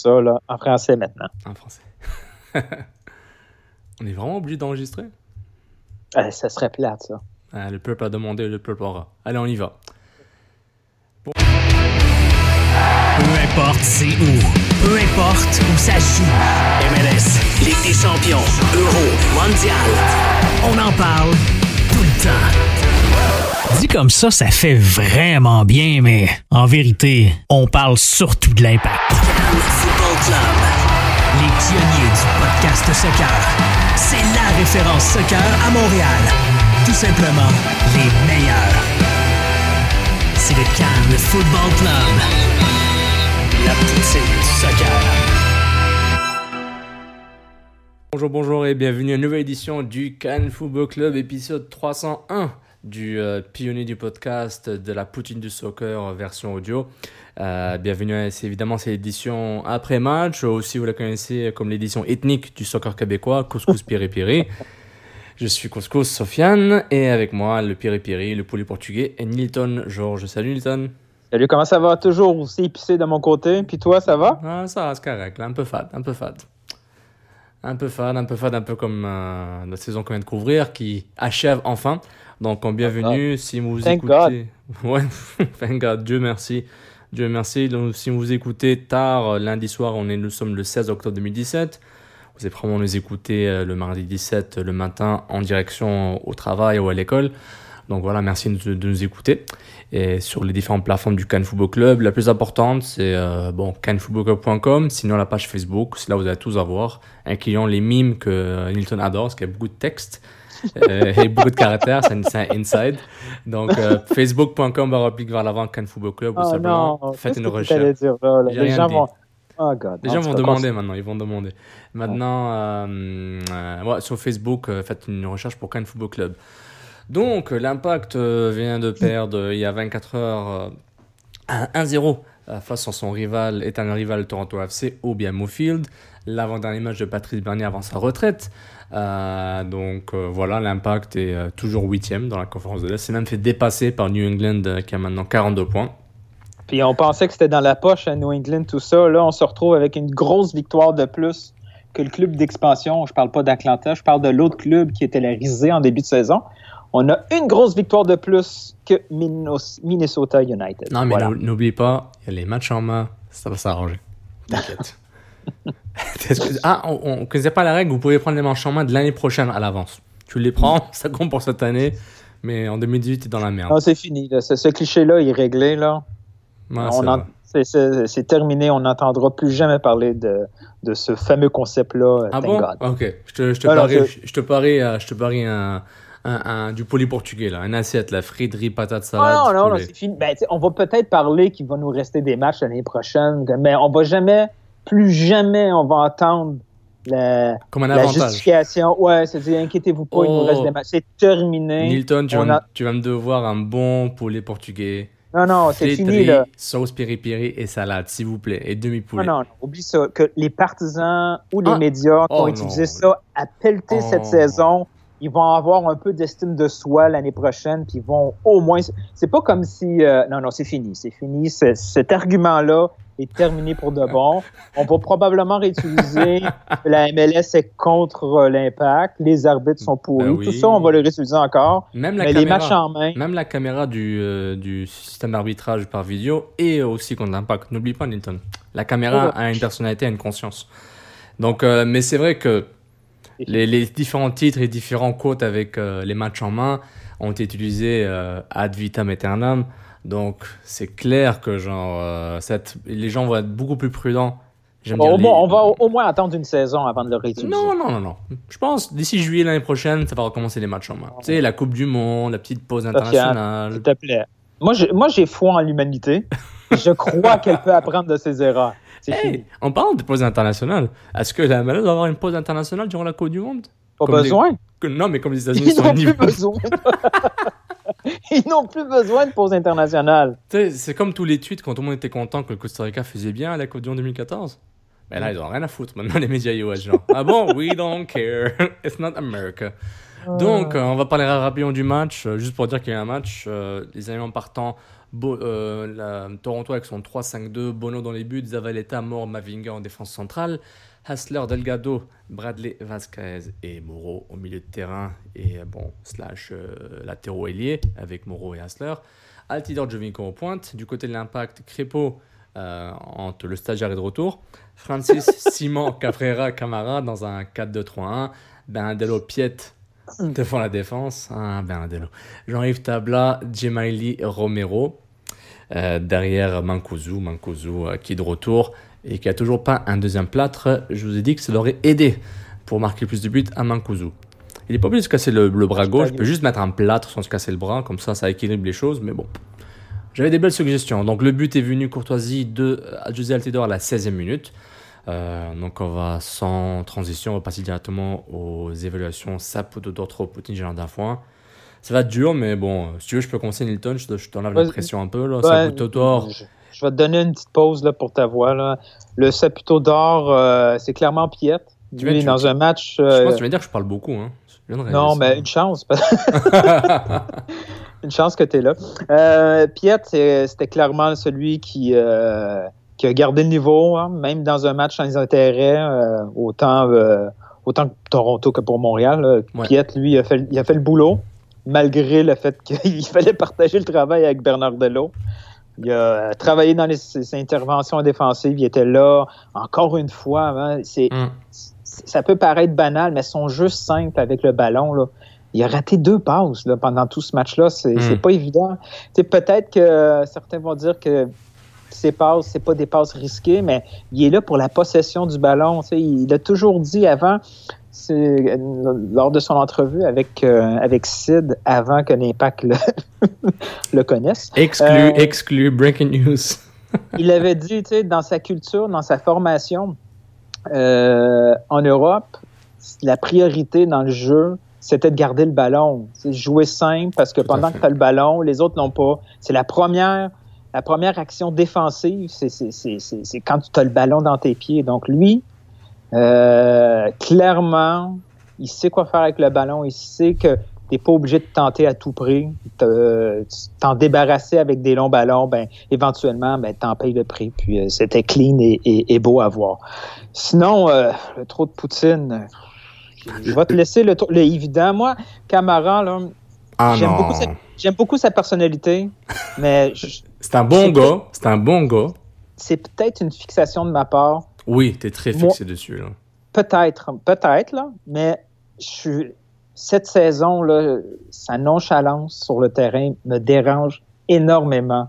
Ça, là, en français maintenant. En français. On est vraiment obligé d'enregistrer? Ça serait plate, ça. Le peuple a demandé, le peuple aura. Allez, on y va. Peu importe c'est où, peu importe où ça se joue. MLS, Ligue des champions, Euro, Mondial. On en parle tout le temps. Dit comme ça fait vraiment bien, mais en vérité, on parle surtout de l'Impact. Cannes Football Club, les pionniers du podcast soccer. C'est la référence soccer à Montréal. Tout simplement les meilleurs. C'est le Cannes Football Club. La poutine du soccer. Bonjour et bienvenue à une nouvelle édition du Cannes Football Club, épisode 301 du pionnier du podcast de la poutine du soccer version audio. Bienvenue, c'est l'édition après-match, aussi vous la connaissez comme l'édition ethnique du soccer québécois, Couscous Piri-Piri. Je suis Couscous Sofiane et avec moi le Piri-Piri, le poulet portugais et Nilton Georges. Salut Nilton. Salut, comment ça va? Toujours aussi épicé de mon côté. Puis toi, ça va? Ça va, c'est correct, là, un peu fade. Un peu comme la saison qu'on vient de couvrir qui achève enfin. Donc, bienvenue si vous Thank écoutez. Ouais, thank God, Dieu merci. Donc, si vous écoutez tard, lundi soir, nous sommes le 16 octobre 2017. Vous allez probablement nous écouter le mardi 17, le matin, en direction au travail ou à l'école. Donc voilà, merci de nous écouter. Et sur les différentes plateformes du Cannes Football Club, la plus importante, c'est cannesfootballclub.com. Sinon, la page Facebook, c'est là où vous allez tous avoir, incluant les mimes que Nilton adore, parce qu'il y a beaucoup de textes et beaucoup de caractères, c'est un inside. Donc, facebook.com// vers l'avant Cannes Football Club, ou simplement faites une recherche. Dire, là? Les gens vont... Oh God. Les gens vont demander maintenant, ils vont demander. Maintenant, sur Facebook, faites une recherche pour Cannes Football Club. Donc, l'Impact vient de perdre il y a 24 heures 1-0 face à son éternel rival Toronto FC au BMO Field. L'avant-dernier match de Patrice Bernier avant sa retraite. Voilà, l'Impact est toujours 8e dans la conférence de l'Est. C'est même fait dépasser par New England qui a maintenant 42 points. Puis on pensait que c'était dans la poche à New England, tout ça. Là, on se retrouve avec une grosse victoire de plus que le club d'expansion. Je parle pas d'Atlanta, je parle de l'autre club qui était la risée en début de saison. On a une grosse victoire de plus que Minnesota United. Non, mais voilà. N'oublie pas, il y a les matchs en main, ça va s'arranger. T'inquiète. On ne connaissait pas la règle, vous pouvez prendre les matchs en main de l'année prochaine à l'avance. Tu les prends, ça compte pour cette année, mais en 2018, tu es dans la merde. Non, c'est fini. Là. Ce cliché-là, il est réglé. Là. Ouais, c'est terminé. On n'entendra plus jamais parler de ce fameux concept-là. Ah bon? God. Ok. Je te parie du poulet portugais, là. Un assiette, la frite, riz, patate, salade. Non, c'est fini. On va peut-être parler qu'il va nous rester des matchs l'année prochaine, mais on va plus jamais on va entendre la justification. Ouais, c'est-à-dire, inquiétez-vous pas, il nous reste des matchs. C'est terminé. Nilton, tu vas me devoir un bon poulet portugais. Non, c'est fini, là. Sauce piri-piri et salade, s'il vous plaît, et demi-poulet. Non, oublie ça, que les partisans ou les médias qui ont utilisé ça à pelleter cette saison, ils vont avoir un peu d'estime de soi l'année prochaine, puis ils vont au moins... C'est pas comme si... Non, c'est fini. Cet argument-là est terminé pour de bon. On va probablement réutiliser la MLS est contre l'Impact, les arbitres sont pourris, oui. Tout ça, on va le réutiliser encore. Les matchs en main... Même la caméra du système d'arbitrage par vidéo est aussi contre l'Impact. N'oublie pas, Nilton. La caméra a une personnalité, a une conscience. Donc, mais c'est vrai que les différents titres et différents quotes avec les matchs en main ont été utilisés ad vitam aeternam. Donc, c'est clair que les gens vont être beaucoup plus prudents. On va au moins attendre une saison avant de le réutiliser. Non. Je pense d'ici juillet l'année prochaine, ça va recommencer les matchs en main. Tu sais, la Coupe du Monde, la petite pause internationale. S'il te plaît. Moi, j'ai foi en l'humanité. Je crois qu'elle peut apprendre de ses erreurs. On parle de pause internationale. Est-ce que la MLS va avoir une pause internationale durant la Coupe du Monde? Pas besoin. Non, mais comme les États-Unis Ils n'ont plus besoin. Ils n'ont plus besoin de pause internationale. C'est comme tous les tweets quand tout le monde était content que le Costa Rica faisait bien à la Coupe du Monde 2014. Ben là, ils n'ont rien à foutre. Maintenant, les médias US, genre, ah bon, we don't care. It's not America. Donc, on va parler rapidement du match, juste pour dire qu'il y a un match. Les éléments partants, Toronto avec son 3-5-2, Bono dans les buts, Zavaleta, Moore, Mavinga en défense centrale, Hassler, Delgado, Bradley, Vasquez et Moreau au milieu de terrain et latéraux ailiers avec Moreau et Hassler. Altidore, Giovinco en pointe. Du côté de l'Impact, Crépeau entre le stagiaire et de retour. Francis, Simon, Cabrera, Camara dans un 4-2-3-1. Bernardello, Piet devant la défense. Bernardello. Jean-Yves Tabla, Gemaili, Romero. Derrière Mancuso qui est de retour et qui a toujours pas un deuxième plâtre. Je vous ai dit que ça l'aurait aidé pour marquer plus de buts à Mancuso. Il n'est pas obligé de se casser le bras gauche, il peut juste mettre un plâtre sans se casser le bras, comme ça équilibre les choses, mais bon. J'avais des belles suggestions. Donc le but est venu, courtoisie de José Altidore à la 16e minute. Donc on va sans transition, on va passer directement aux évaluations Saputo, Dortro, Poutine, Gérard Dafoin. Ça va être dur, mais bon, si tu veux, je peux commencer Nilton, je t'enlève la pression un peu. Là. Saputo d'or. Je vais te donner une petite pause là, pour ta voix. Là. Le Saputo d'or, c'est clairement Piet. Lui, dans un match. Je pense que tu vas dire que je parle beaucoup. Hein. Non, mais une chance. Une chance que tu es là. Piet, c'était clairement celui qui a gardé le niveau, hein, même dans un match sans intérêt, autant que Toronto que pour Montréal. Ouais. Piet, lui, il a fait le boulot, malgré le fait qu'il fallait partager le travail avec Bernardello. Il a travaillé dans ses interventions défensives. Il était là, encore une fois. Hein, ça peut paraître banal, mais son jeu simple avec le ballon, là, il a raté 2 passes là, pendant tout ce match-là. C'est pas évident. T'sais, peut-être que certains vont dire que ces passes, c'est pas des passes risquées, mais il est là pour la possession du ballon. T'sais, il a toujours dit avant, lors de son entrevue avec Sid, avant que l'Impact le connaisse. Exclu, breaking news. Il avait dit, dans sa culture, dans sa formation, en Europe, la priorité dans le jeu, c'était de garder le ballon. C'est jouer simple parce que pendant que tu as le ballon, les autres l'ont pas. C'est la première action défensive, c'est quand tu as le ballon dans tes pieds. Donc lui, clairement, il sait quoi faire avec le ballon. Il sait que tu n'es pas obligé de tenter à tout prix. T'en débarrasser avec des longs ballons, éventuellement, t'en payes le prix. Puis c'était clean et beau à voir. Sinon, le trop de Poutine... Je vais te laisser le évident. Moi, Camara, là, j'aime beaucoup sa personnalité, mais... C'est un bon gars. C'est peut-être une fixation de ma part. Oui, t'es très fixé dessus. Là. Peut-être, là, mais cette saison, là, sa nonchalance sur le terrain me dérange énormément.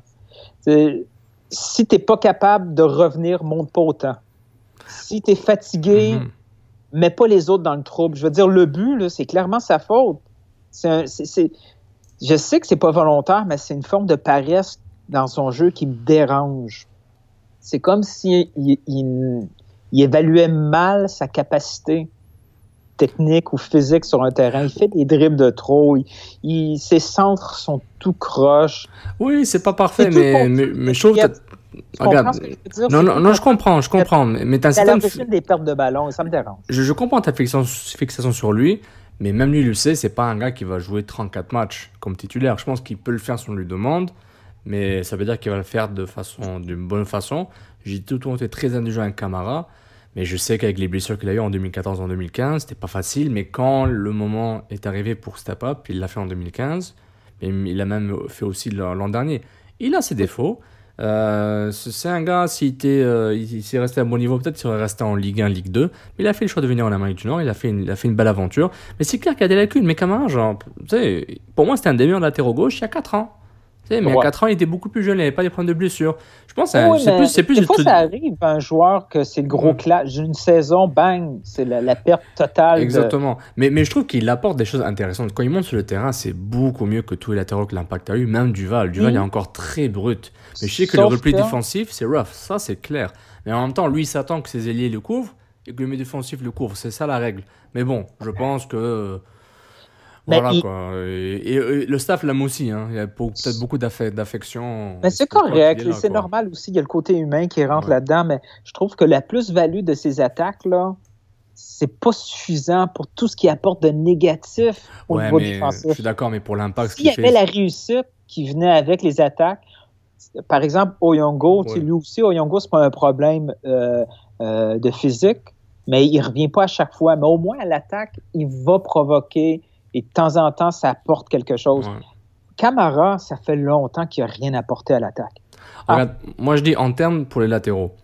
Si t'es pas capable de revenir, monte pas autant. Si t'es fatigué... mets pas les autres dans le trouble. Je veux dire, le but, là, c'est clairement sa faute. Je sais que c'est pas volontaire, mais c'est une forme de paresse dans son jeu qui me dérange. C'est comme s'il évaluait mal sa capacité technique ou physique sur un terrain. Il fait des dribbles de trop. Ses centres sont tout croches. Oui, c'est pas parfait, mais je trouve que... Regarde, ce que je veux dire, non, je comprends. Mais t'as l'origine des pertes de ballon, et ça me dérange. Je comprends ta fixation sur lui, mais même lui, il le sait, c'est pas un gars qui va jouer 34 matchs comme titulaire. Je pense qu'il peut le faire si on lui demande, mais ça veut dire qu'il va le faire d'une bonne façon. J'ai tout le temps été très indulgent avec Camara, mais je sais qu'avec les blessures qu'il a eues en 2014 en 2015, c'était pas facile, mais quand le moment est arrivé pour step up, il l'a fait en 2015, mais il l'a même fait aussi l'an dernier. Il a ses défauts. C'est un gars, s'il s'est resté à bon niveau, peut-être qu'il serait resté en Ligue 1, Ligue 2, mais il a fait le choix de venir en Amérique du Nord, il a fait une belle aventure, mais c'est clair qu'il y a des lacunes. Mais Camara, pour moi, c'était un des meilleurs latéraux gauche il y a 4 ans. Mais à 4 ans, il était beaucoup plus jeune, il n'avait pas des problèmes de blessure. Je pense que c'est plus... Des fois, ça arrive, un joueur que c'est le gros clash d'une saison, bang, c'est la perte totale. Exactement. Mais je trouve qu'il apporte des choses intéressantes. Quand il monte sur le terrain, c'est beaucoup mieux que tous les latéraux que l'Impact a eu, même Duval. Duval est encore très brut. Mais je sais que le repli défensif, c'est rough, ça c'est clair. Mais en même temps, lui, il s'attend que ses ailiers le couvrent et que le milieu défensif le couvre. C'est ça la règle. Mais bon, je pense que... Voilà quoi. Et le staff l'aime aussi. Hein. Il y a peut-être beaucoup d'affection. Mais c'est correct. C'est normal aussi. Il y a le côté humain qui rentre là-dedans. Mais je trouve que la plus-value de ces attaques-là, c'est pas suffisant pour tout ce qui apporte de négatif au niveau défensif. Je suis d'accord, mais pour l'Impact... S'il y avait la réussite qui venait avec les attaques, par exemple, Oyongo, lui aussi, Oyongo, c'est pas un problème de physique, mais il revient pas à chaque fois. Mais au moins, à l'attaque, il va provoquer et de temps en temps, ça apporte quelque chose. Ouais. Camara, ça fait longtemps qu'il n'a rien apporté à l'attaque. Regarde, moi, je dis en termes pour les latéraux.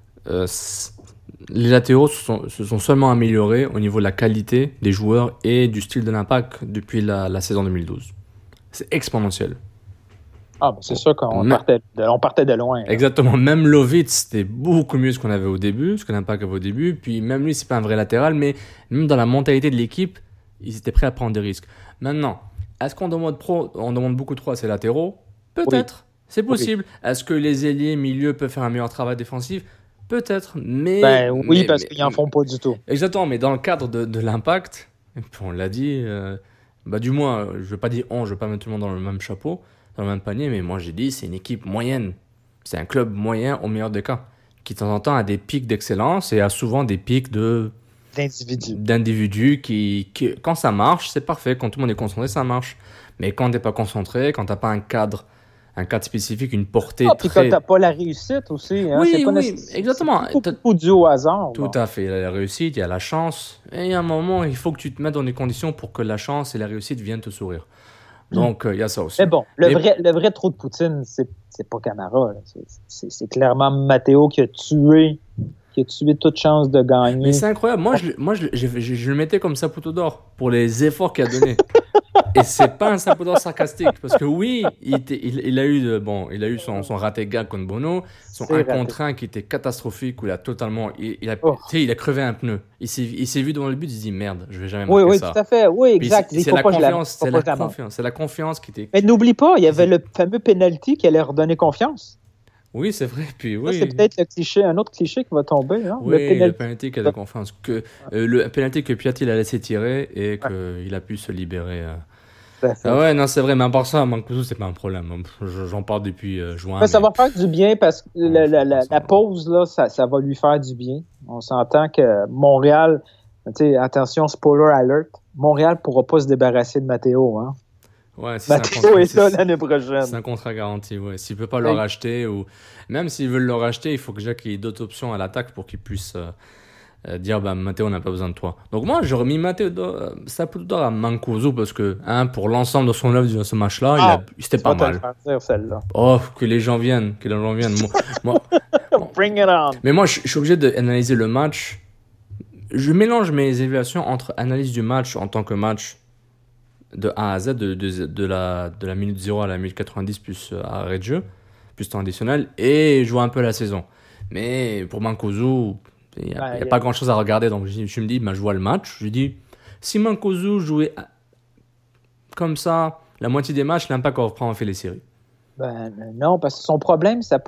Les latéraux se sont seulement améliorés au niveau de la qualité des joueurs et du style de l'Impact depuis la saison 2012. C'est exponentiel. Ah, ben c'est sûr qu'on partait de loin. Là. Exactement. Même Lovitz, c'était beaucoup mieux ce qu'on avait au début, ce que l'Impact avait au début. Puis même lui, c'est pas un vrai latéral, mais même dans la mentalité de l'équipe, ils étaient prêts à prendre des risques. Maintenant, est-ce qu'on demande beaucoup trop à ces latéraux? Peut-être. Oui. C'est possible. Oui. Est-ce que les ailiers milieu peuvent faire un meilleur travail défensif? Peut-être, mais... parce qu'ils n'en font pas du tout. Exactement, mais dans le cadre de l'Impact, on l'a dit, du moins, je ne veux pas dire je ne veux pas mettre tout le monde dans le même chapeau, dans le même panier, mais moi j'ai dit, c'est une équipe moyenne. C'est un club moyen au meilleur des cas, qui de temps en temps a des pics d'excellence et a souvent des pics d'individus qui, quand ça marche, c'est parfait. Quand tout le monde est concentré, ça marche. Mais quand tu n'es pas concentré, quand tu n'as pas un cadre spécifique, une portée puis quand t'as pas la réussite aussi. Hein, oui, exactement. C'est pas dû au hasard. Tout à fait. Il y a la réussite, il y a la chance. Et il y a un moment, il faut que tu te mettes dans des conditions pour que la chance et la réussite viennent te sourire. Donc, il y a ça aussi. Mais bon, le vrai trou de poutine, c'est pas Camara. Là. C'est clairement Matteo qui a tué toute chance de gagner. Mais c'est incroyable. Moi, je le mettais comme Saputo d'or pour les efforts qu'il a donnés. Et c'est pas un Saputo sarcastique parce que oui, il a eu son raté gag contre Bono, son 1 contre 1 qui était catastrophique où il a totalement il a crevé un pneu. Il s'est vu devant le but, il s'est dit merde, je vais jamais marquer ça. Oui, tout à fait. Oui, exact. C'est la confiance qui était. Mais n'oublie pas, il y avait le fameux penalty qui allait redonner confiance. Oui, c'est vrai. Puis, oui. Ça, c'est peut-être un autre cliché qui va tomber. Hein? Oui, le penalty qui a de confiance. Le penalty que Piatti l'a laissé tirer et qu'il a pu se libérer. Ouais, non, c'est vrai. Mais à part ça, Mancuso, c'est pas un problème. J'en parle depuis juin. Ça va faire du bien parce que la pause, là, ça va lui faire du bien. On s'entend que Montréal, attention, spoiler alert, Montréal ne pourra pas se débarrasser de Matteo. Hein? Ouais, Matteo est là l'année prochaine. C'est un contrat garanti, ouais. S'il ne peut pas le racheter, ou même s'ils veulent le racheter, il faut que qu'il y ait d'autres options à l'attaque pour qu'ils puissent dire Matteo, on n'a pas besoin de toi. Donc moi, j'aurais mis Matteo Saputo d'or à Mancuso parce que pour l'ensemble de son œuvre de ce match-là, c'était pas mal. Oh, que les gens viennent. Moi, Bring it on. Mais moi, je suis obligé d'analyser le match. Je mélange mes évaluations entre analyse du match en tant que match de A à Z, de la minute 0 à la minute 90 plus arrêt de jeu, plus temps additionnel, et je vois un peu la saison. Mais pour Mancuso, il n'y a pas grand-chose à regarder, donc je me dis, je vois le match, je dis, si Mancuso jouait comme ça, la moitié des matchs, l'Impact aurait fait les séries. Non, parce que son problème, ça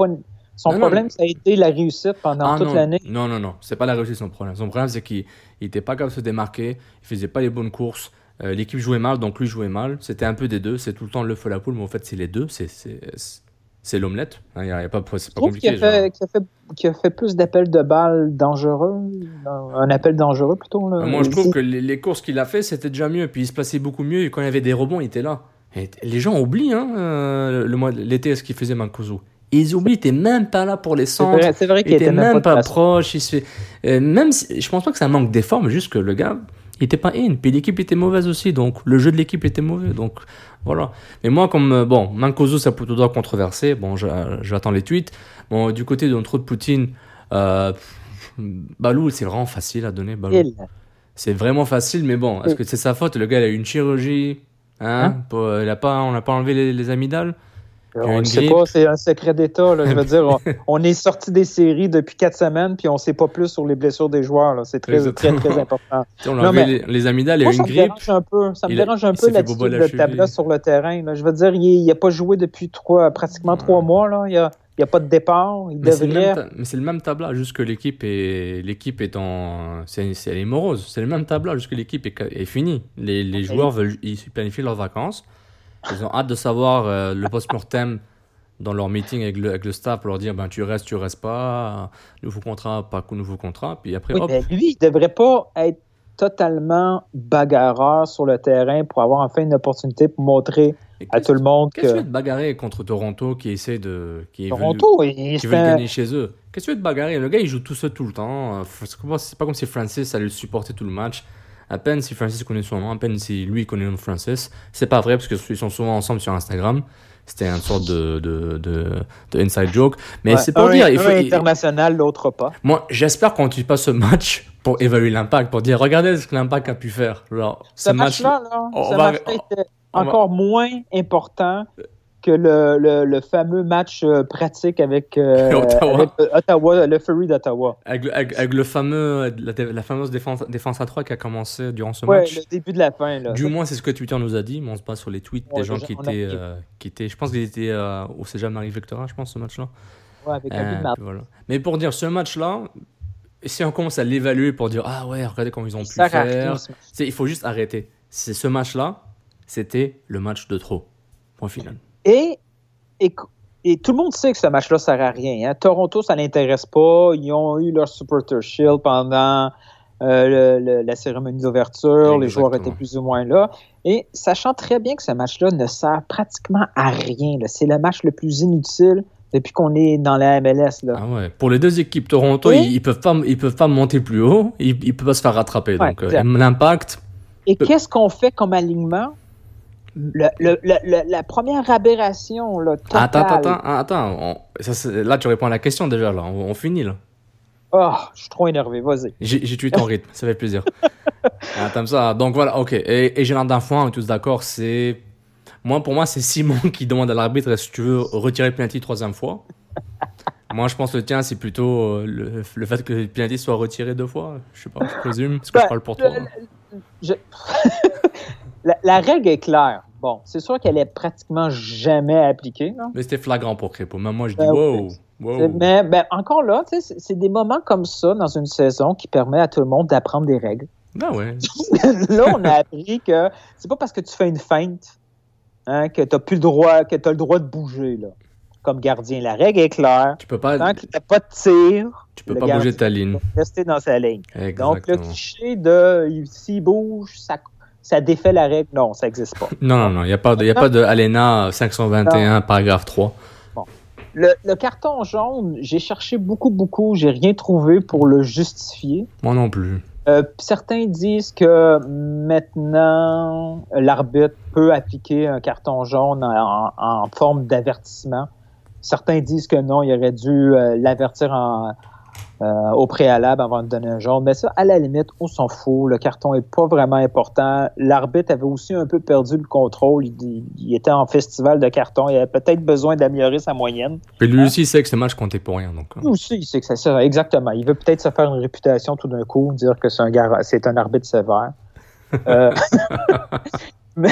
a été la réussite pendant toute l'année. Non, c'est pas la réussite son problème. Son problème, c'est qu'il n'était pas capable de se démarquer, il faisait pas les bonnes courses. L'équipe jouait mal, donc lui jouait mal. C'était un peu des deux. C'est tout le temps l'œuf et la poule, mais en fait, c'est les deux. C'est l'omelette. Il y a pas, c'est pas compliqué. Qui a fait plus d'appels de balles dangereux. Un appel dangereux, plutôt. Là. Moi, je trouve que les courses qu'il a fait, c'était déjà mieux. Puis il se plaçait beaucoup mieux. Et quand il y avait des rebonds, il était là. Et les gens oublient l'été, ce qu'il faisait Mancuso. Ils oublient, il n'était même pas là pour les centres. C'est vrai qu'il était même pas proche. Même si, je pense pas que ça manque d'effort, mais juste que le gars... Il n'était pas in, puis l'équipe était mauvaise aussi, donc le jeu de l'équipe était mauvais, donc voilà. Mais moi, comme, Mancuso, Saputo d'or controversé, j'attends les tweets. Bon, du côté de notre autre Poutine, Balou, c'est vraiment facile à donner, Balou. C'est vraiment facile, mais bon, est-ce que c'est sa faute? Le gars, il a eu une chirurgie, on n'a pas enlevé les amygdales. On ne sait pas, c'est un secret d'État. Là, je veux dire, on est sorti des séries depuis 4 semaines, puis on ne sait pas plus sur les blessures des joueurs. Là. C'est très, très, très important. Les amygdales, il a eu une grippe. Ça me dérange un peu l'attitude de Tabla sur le terrain. Là. Je veux dire, il n'a pas joué depuis pratiquement 3 mois. Là. Il n'y a pas de départ. Mais c'est le même Tabla, juste que l'équipe est en... Elle est morose. C'est le même Tabla, juste que l'équipe est finie. Les joueurs ils planifient leurs vacances. Ils ont hâte de savoir le post-mortem dans leur meeting avec le staff pour leur dire tu restes pas, nouveau contrat, pas nouveau contrat. Puis après, hop. Lui, il ne devrait pas être totalement bagarreur sur le terrain pour avoir enfin une opportunité pour montrer à tout le monde Qu'est-ce que tu veux te bagarrer contre Toronto qui essaie de... qui veut gagner chez eux? Qu'est-ce que tu veux te bagarrer? Le gars, il joue tout seul tout le temps. C'est pas comme si Francis allait le supporter tout le match. À peine si Francis connaît son nom, à peine si lui connaît le nom de Francis. C'est pas vrai parce qu'ils sont souvent ensemble sur Instagram. C'était une sorte de inside joke. Mais c'est pour dire... Il faut international, l'autre pas. Moi, j'espère qu'on n'utilise pas ce match pour évaluer l'impact, pour dire, regardez ce que l'impact a pu faire. Alors, ce match-là était encore moins important que le fameux match pratique avec Ottawa, le Fury d'Ottawa. Avec la fameuse défense à 3 qui a commencé durant ce Oui, match. le début de la fin. Là. Du moins, c'est ce que Twitter nous a dit, mais on se base sur les tweets des gens qui étaient... Je pense qu'ils étaient au Cégep Marie-Victorin, je pense, ce match-là. Oui, avec un but de voilà. Mais pour dire, ce match-là, si on commence à l'évaluer pour dire, ah ouais, regardez comment ils ont pu faire, il faut juste arrêter. C'est ce match-là, c'était le match de trop. Point final. Et tout le monde sait que ce match-là ne sert à rien. Hein. Toronto, ça ne l'intéresse pas. Ils ont eu leur Supporter Shield pendant la cérémonie d'ouverture. Exactement. Les joueurs étaient plus ou moins là. Et sachant très bien que ce match-là ne sert pratiquement à rien. Là. C'est le match le plus inutile depuis qu'on est dans la MLS. Là. Ah ouais. Pour les deux équipes, Toronto, ils peuvent pas monter plus haut. Ils peuvent pas se faire rattraper. Ouais, donc l'impact... Et qu'est-ce qu'on fait comme alignement? La première aberration là, totale. Attends. Là, tu réponds à la question déjà. Là. On finit là. Oh, je suis trop énervé. Vas-y. J'ai tué ton rythme. Ça fait plaisir. Comme ça. Donc voilà, ok. Et j'ai l'air d'un point, on est tous d'accord. Pour moi, c'est Simon qui demande à l'arbitre est-ce que tu veux retirer le penalty 3e fois. Moi, je pense que le tien, c'est plutôt le fait que le penalty soit retiré 2 fois. Je sais pas, je présume. Parce que je parle pour toi. La règle est claire. Bon, c'est sûr qu'elle est pratiquement jamais appliquée. Non? Mais c'était flagrant pour Crépeau. Même moi, je dis wow. Mais encore là, c'est des moments comme ça dans une saison qui permet à tout le monde d'apprendre des règles. Ben ouais. Là, on a appris que c'est pas parce que tu fais une feinte que tu as le droit de bouger. Là. Comme gardien, la règle est claire. Tu peux pas. Tant que tu n'as pas de tir, tu peux pas bouger ta ligne. Rester dans sa ligne. Exactement. Donc, le cliché de s'il bouge, ça défait la règle. Non, ça n'existe pas. Non. Il n'y a pas de Alena 521, paragraphe 3. Bon. Le carton jaune, j'ai cherché beaucoup. J'ai rien trouvé pour le justifier. Moi non plus. Certains disent que maintenant, l'arbitre peut appliquer un carton jaune en forme d'avertissement. Certains disent que non, il aurait dû l'avertir au préalable avant de donner un jaune. Mais ça, à la limite, on s'en fout. Le carton n'est pas vraiment important. L'arbitre avait aussi un peu perdu le contrôle. Il était en festival de carton. Il avait peut-être besoin d'améliorer sa moyenne. Puis lui aussi, il sait que ce match comptait pour rien. Donc, Lui aussi, il sait que ça. Exactement. Il veut peut-être se faire une réputation tout d'un coup, dire que c'est un arbitre sévère. Mais...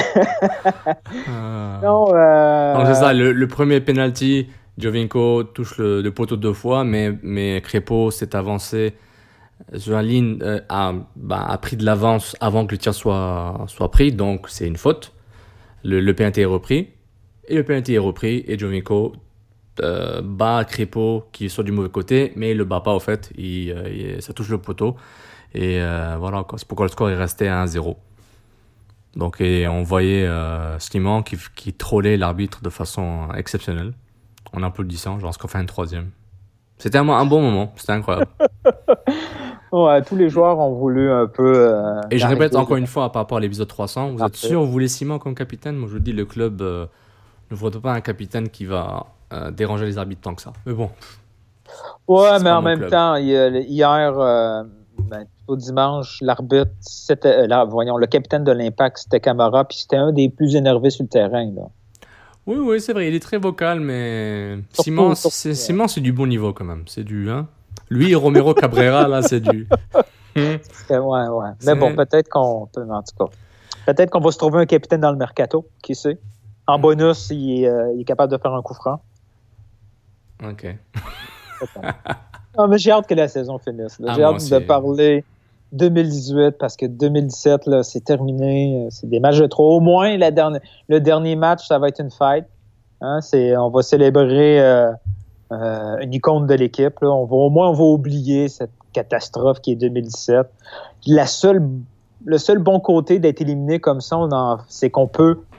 Non, c'est ça. Le premier penalty... Giovinco touche le poteau 2 fois, mais Crépeau s'est avancé sur la ligne, a pris de l'avance avant que le tir soit pris, donc c'est une faute. Le penalty est repris, et Giovinco bat Crépeau qui est sur du mauvais côté, mais il le bat pas au fait, ça touche le poteau, et voilà, c'est pourquoi le score est resté à 1-0. Donc on voyait Simon qui trollait l'arbitre de façon exceptionnelle. En applaudissant, genre, ce qu'on fait un 3e. C'était un bon moment, c'était incroyable. Ouais, tous les joueurs ont voulu un peu... Et je répète encore une fois, par rapport à l'épisode 300, vous êtes sûr, vous voulez Simon comme capitaine? Moi, je vous dis, le club ne vote pas un capitaine qui va déranger les arbitres tant que ça. Mais bon. Ouais, mais en même temps, hier, au dimanche, l'arbitre, c'était... le capitaine de l'Impact, c'était Camara, puis c'était un des plus énervés sur le terrain, là. Oui, c'est vrai, il est très vocal, mais Simon, c'est du bon niveau quand même. C'est du, hein. Lui et Romero Cabrera, là, c'est du. Ouais. Mais bon, peut-être qu'on peut, en tout cas. Peut-être qu'on va se trouver un capitaine dans le mercato, qui sait. En bonus, il est capable de faire un coup franc. OK. Non, mais j'ai hâte que la saison finisse. J'ai hâte de parler 2018 parce que 2017, là, c'est terminé. C'est des matchs de trop. Au moins, le dernier match, ça va être une fête. Hein? On va célébrer une icône de l'équipe. Là. Au moins, on va oublier cette catastrophe qui est 2017. Le seul bon côté d'être éliminé comme ça, c'est qu'on peut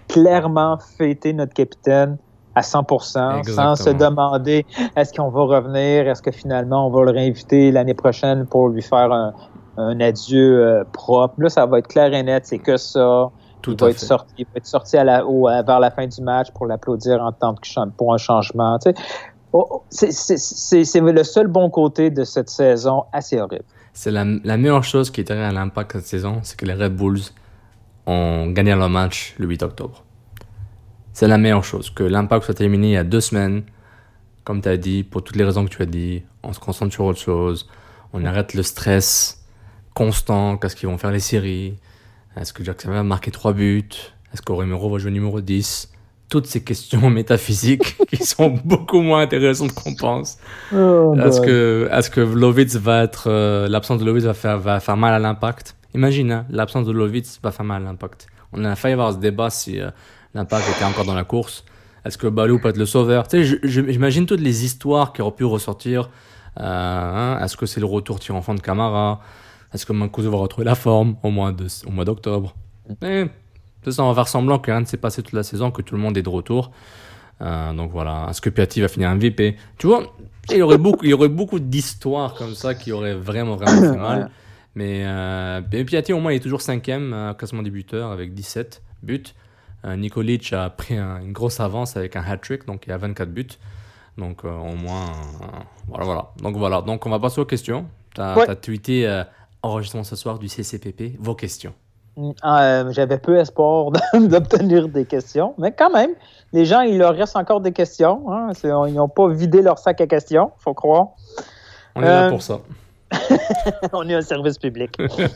clairement fêter notre capitaine à 100%, sans se demander est-ce qu'on va revenir, est-ce que finalement on va le réinviter l'année prochaine pour lui faire un adieu propre. Là, ça va être clair et net, c'est que ça. Il va être sorti vers la fin du match pour l'applaudir en tant que pour un changement. Tu sais. C'est le seul bon côté de cette saison assez horrible. C'est la meilleure chose qui est arrivée à l'Impact cette saison, c'est que les Red Bulls ont gagné leur match le 8 octobre. C'est la meilleure chose. Que l'Impact soit éliminé il y a 2 semaines, comme tu as dit, pour toutes les raisons que tu as dit, on se concentre sur autre chose, on arrête le stress constant, qu'est-ce qu'ils vont faire les séries, est-ce que Jack Savard va marquer 3 buts, est-ce que Romero va jouer numéro 10, toutes ces questions métaphysiques qui sont beaucoup moins intéressantes qu'on pense. Est-ce que Vlahovic va être... l'absence de Vlahovic va faire mal à l'Impact? Imagine, hein, l'absence de Vlahovic va faire mal à l'Impact. On a failli avoir ce débat si l'Impact était encore dans la course. Est-ce que Balou peut être le sauveur? Tu sais, j'imagine toutes les histoires qui auraient pu ressortir. Est-ce que c'est le retour tir enfant de Camara? Est-ce que Mancuso va retrouver la forme au mois d'octobre? Mais ça, on va faire semblant que rien ne s'est passé toute la saison, que tout le monde est de retour. Donc voilà. Est-ce que Piatti va finir MVP? Tu vois, il y aurait beaucoup d'histoires comme ça qui auraient vraiment fait mal. Mais Piatti, au moins, il est toujours 5e classement des buteurs avec 17 buts. Nikolic a pris une grosse avance avec un hat-trick, donc il a 24 buts. Donc au moins, voilà. Donc on va passer aux questions. T'as tweeté enregistrement ce soir du CCPP, vos questions. J'avais peu espoir d'obtenir des questions, mais quand même, les gens, il leur reste encore des questions. Hein. Ils n'ont pas vidé leur sac à questions, faut croire. On est là pour ça. On est un service public.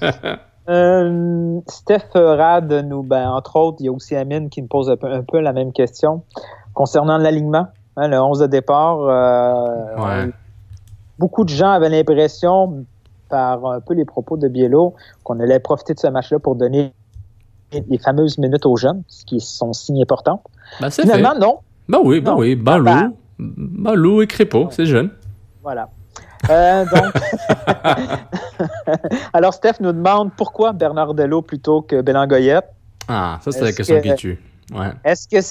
Steph Rad entre autres, il y a aussi Amine qui me pose un peu la même question concernant l'alignement, hein, le 11 de départ. Beaucoup de gens avaient l'impression, par un peu les propos de Biello, qu'on allait profiter de ce match-là pour donner les fameuses minutes aux jeunes, ce qui sont si importantes. Finalement, non. Oui. Balou et Crépeau, c'est jeune. Voilà. Alors, Steph nous demande pourquoi Bernard Dello plutôt que Belangoyette. Ah, ça, c'est la question qui tue. Ouais. Est-ce que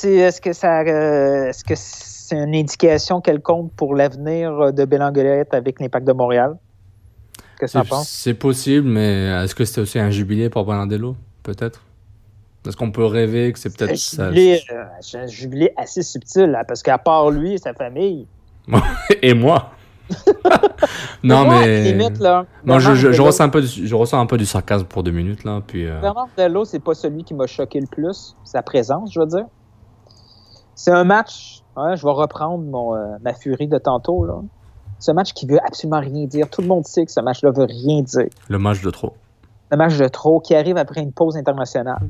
c'est une indication quelconque pour l'avenir de Belangoyette avec l'Impact de Montréal? Qu'est-ce que tu en penses? C'est possible, mais est-ce que c'était aussi un jubilé pour Bernard Dello? Peut-être. Est-ce qu'on peut rêver que c'est peut-être ça? C'est un jubilé assez subtil, là, parce qu'à part lui et sa famille. Et moi. Non, mais limite, là, moi je ressens un peu du sarcasme pour 2 minutes là, puis Bernard Dello, c'est pas celui qui m'a choqué le plus, sa présence, je veux dire. C'est un match, je vais reprendre ma furie de tantôt là. C'est un match qui veut absolument rien dire. Tout le monde sait que ce match-là veut rien dire. Le match de trop. Le match de trop qui arrive après une pause internationale.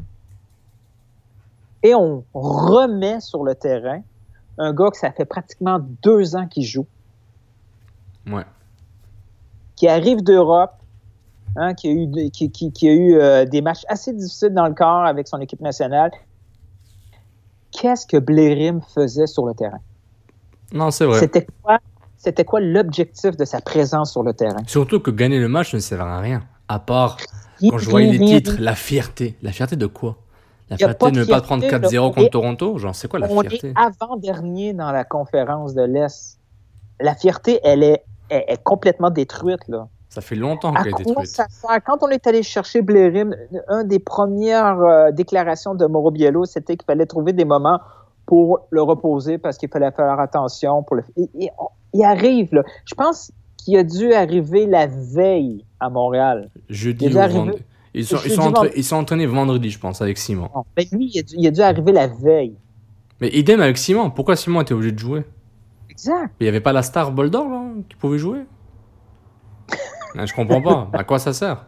Et on remet sur le terrain un gars que ça fait pratiquement 2 ans qu'il joue. Ouais. Qui arrive d'Europe, qui a eu des matchs assez difficiles dans le corps avec son équipe nationale. Qu'est-ce que Blérim faisait sur le terrain? Non, c'est vrai. C'était quoi l'objectif de sa présence sur le terrain? Surtout que gagner le match ne servait à rien. À part, quand je voyais les titres, la fierté. La fierté de quoi? La fierté de ne pas prendre 4-0 contre Toronto? Genre, c'est quoi la fierté? On est avant-dernier dans la conférence de l'Est. La fierté, elle est complètement détruite, là. Ça fait longtemps qu'elle est détruite. Ça sert? Quand on est allé chercher Blérim, une des premières déclarations de Mauro Biello, c'était qu'il fallait trouver des moments pour le reposer parce qu'il fallait faire attention. Il arrive, là. Je pense qu'il a dû arriver la veille à Montréal. Jeudi ou vendredi. Ils sont entraînés vendredi, je pense, avec Simon. Non, mais lui, il a dû arriver la veille. Mais idem avec Simon. Pourquoi Simon était obligé de jouer? Exact. Il n'y avait pas la star Boldor là, qui pouvait jouer? Je comprends pas. À quoi ça sert?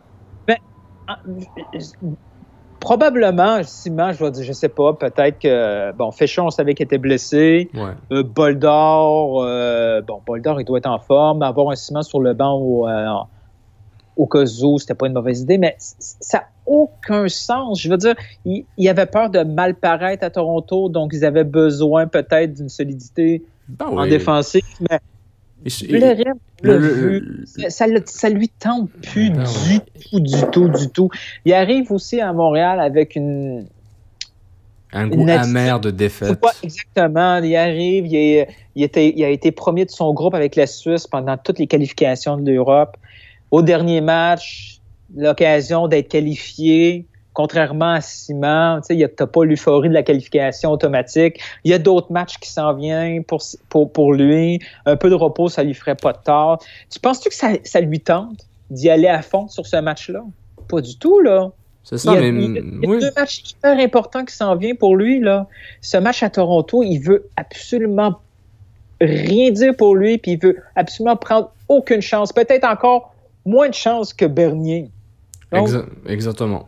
Probablement, Simon, je sais pas, peut-être que Féchon, on savait qu'il était blessé. Ouais. Boldor, Boldor, il doit être en forme. Avoir un Simon sur le banc au cas où, c'était pas une mauvaise idée, mais ça n'a aucun sens. Je veux dire, il avait peur de mal paraître à Toronto, donc ils avaient besoin peut-être d'une solidité en défensive, mais Blérim, ça lui tente plus du tout. Il arrive aussi à Montréal avec une Un goût amer de défaite. Exactement. Il arrive, il a été premier de son groupe avec la Suisse pendant toutes les qualifications de l'Europe. Au dernier match, l'occasion d'être qualifié, contrairement à Simon, tu sais, t'as pas l'euphorie de la qualification automatique. Il y a d'autres matchs qui s'en viennent pour lui. Un peu de repos, ça lui ferait pas de tort. Tu penses-tu que ça lui tente d'y aller à fond sur ce match-là? Pas du tout, là. C'est ça, il y a deux matchs hyper importants qui s'en viennent pour lui, là. Ce match à Toronto, il veut absolument rien dire pour lui, puis il veut absolument prendre aucune chance. Peut-être encore moins de chance que Bernier. Donc, exactement.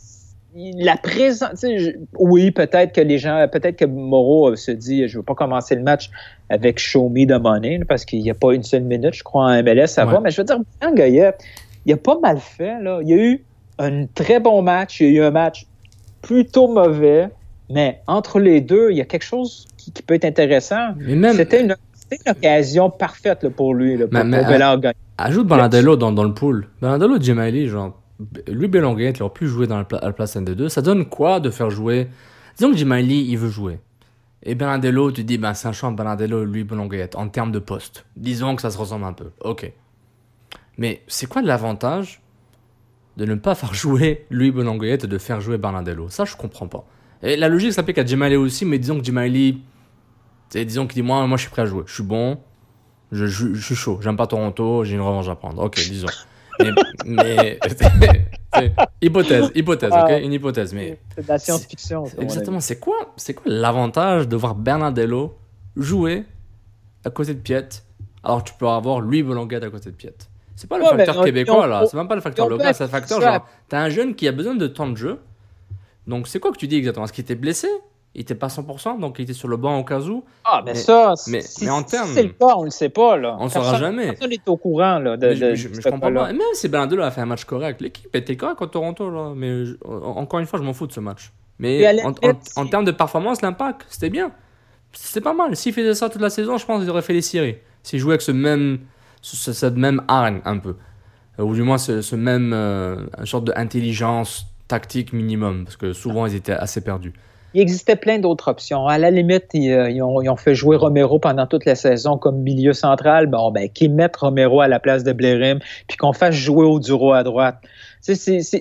La présence, oui, peut-être que Moreau se dit, je veux pas commencer le match avec Show Me the Money, parce qu'il n'y a pas une seule minute, je crois, en MLS, ça va. Mais je veux dire, Goyette, il a pas mal fait, là. Il y a eu un très bon match, il y a eu un match plutôt mauvais, mais entre les deux, il y a quelque chose qui peut être intéressant. C'était une occasion parfaite là, pour lui, là, pour Bellanguette. Ajoute Bernardello dans le pool. Bernardello, Djemaili, genre, lui, Bellanguette, il aurait pu jouer dans la place 1 des deux. Ça donne quoi de faire jouer? Disons que Djemaili, il veut jouer. Et Bernardello, tu dis, c'est un choix de Bernardello, lui, Bellanguette, en termes de poste. Disons que ça se ressemble un peu. OK. Mais c'est quoi l'avantage de ne pas faire jouer Louis Bellanguette et de faire jouer Bernardello? Ça, je comprends pas. Et la logique s'applique à Djemaili aussi, mais disons que Djemaili, disons qu'il dit, moi, je suis prêt à jouer. Je suis bon, je suis chaud. J'aime pas Toronto, j'ai une revanche à prendre. Ok, disons. mais hypothèse, ok, une hypothèse. Mais c'est de la science-fiction. Exactement. C'est quoi l'avantage de voir Bernardello jouer à côté de Piet, alors que tu peux avoir Louis Bellanguette à côté de Piet? C'est pas le facteur québécois, là. C'est même pas le facteur local. C'est le facteur, genre, t'as un jeune qui a besoin de temps de jeu. Donc, c'est quoi que tu dis exactement? Est-ce qu'il était blessé? Il était pas 100%, donc il était sur le banc au cas où. Mais en termes. Si c'est le cas, on le sait pas, là. On ne saura jamais. Personne n'est au courant, là. Je comprends pas. Et même si Bernardello a fait un match correct, l'équipe était correcte contre Toronto, là. Mais encore une fois, je m'en fous de ce match. Mais en termes de performance, l'impact, c'était bien. C'était pas mal. S'il faisait ça toute la saison, je pense qu'il aurait fait les séries. S'il jouait avec cette même hargne, un peu. Ou du moins, ce même une sorte d'intelligence tactique minimum. Parce que souvent, ils étaient assez perdus. Il existait plein d'autres options. À la limite, ils ont fait jouer Romero pendant toute la saison comme milieu central. Qu'ils mettent Romero à la place de Blérim, puis qu'on fasse jouer Oduro à droite. C'est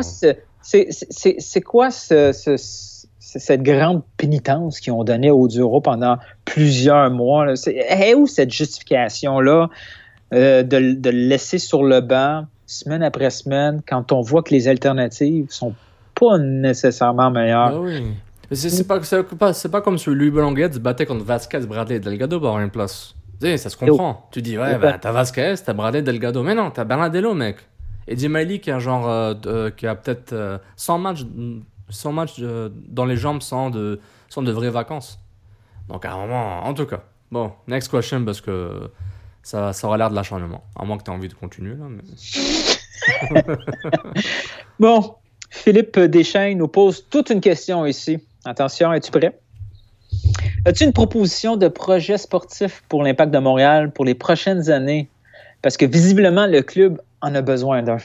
quoi cette grande pénitence qu'ils ont donnée à Oduro pendant plusieurs mois? Là? Où cette justification-là de le laisser sur le banc semaine après semaine quand on voit que les alternatives sont pas nécessairement meilleures? Ah oui. C'est pas comme si Louis Bellanguette se battait contre Vasquez, Bradley et Delgado pour avoir une place. Tu sais, ça se comprend. Tu dis, t'as Vasquez, t'as Bradley, Delgado. Mais non, t'as Bernardello, mec. Et Djemaili qui a qui a peut-être 100 matchs dans les jambes sans de vraies vacances. Donc à un moment, en tout cas. Bon, next question, parce que ça aura l'air de l'acharnement. À moins que tu aies envie de continuer, là. Mais... Bon, Philippe Deschênes nous pose toute une question ici. Attention, es-tu prêt? As-tu une proposition de projet sportif pour l'Impact de Montréal pour les prochaines années? Parce que visiblement, le club en a besoin d'un.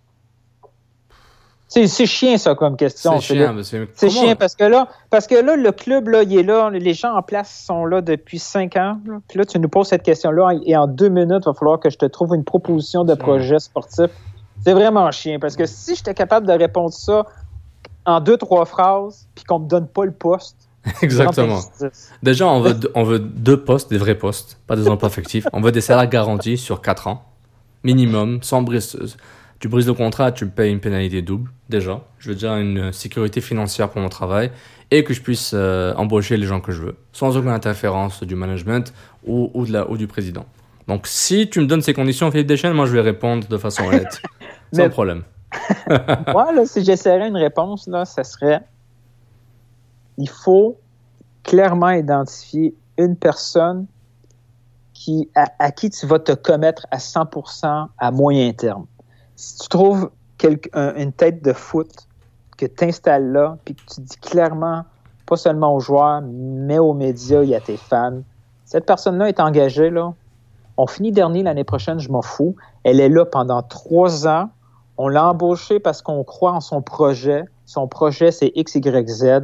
C'est chiant, ça, comme question. C'est chiant parce que là, le club, là, il est là. Les gens en place sont là depuis 5 ans. Là. Puis là, tu nous poses cette question-là et en 2 minutes, il va falloir que je te trouve une proposition de projet sportif. C'est vraiment chiant parce que si j'étais capable de répondre ça en 2-3 phrases puis qu'on me donne pas le poste. Exactement. Déjà, on veut 2 postes, des vrais postes, pas des emplois fictifs. On veut des salaires garantis sur 4 ans, minimum, sans brise. Tu brises le contrat, tu me payes une pénalité double, déjà. Je veux dire une sécurité financière pour mon travail et que je puisse embaucher les gens que je veux, sans aucune interférence du management ou du président. Donc, si tu me donnes ces conditions, Philippe Deschênes, moi, je vais répondre de façon honnête. Sans problème. Moi, là, si j'essaierais une réponse, là, ça serait... Il faut clairement identifier une personne à qui tu vas te commettre à 100% à moyen terme. Si tu trouves une tête de foot que tu installes là, puis que tu dis clairement, pas seulement aux joueurs, mais aux médias et à tes fans, cette personne-là est engagée, là. On finit dernier l'année prochaine, je m'en fous. Elle est là pendant 3 ans. On l'a embauchée parce qu'on croit en son projet. Son projet, c'est X, Y, Z.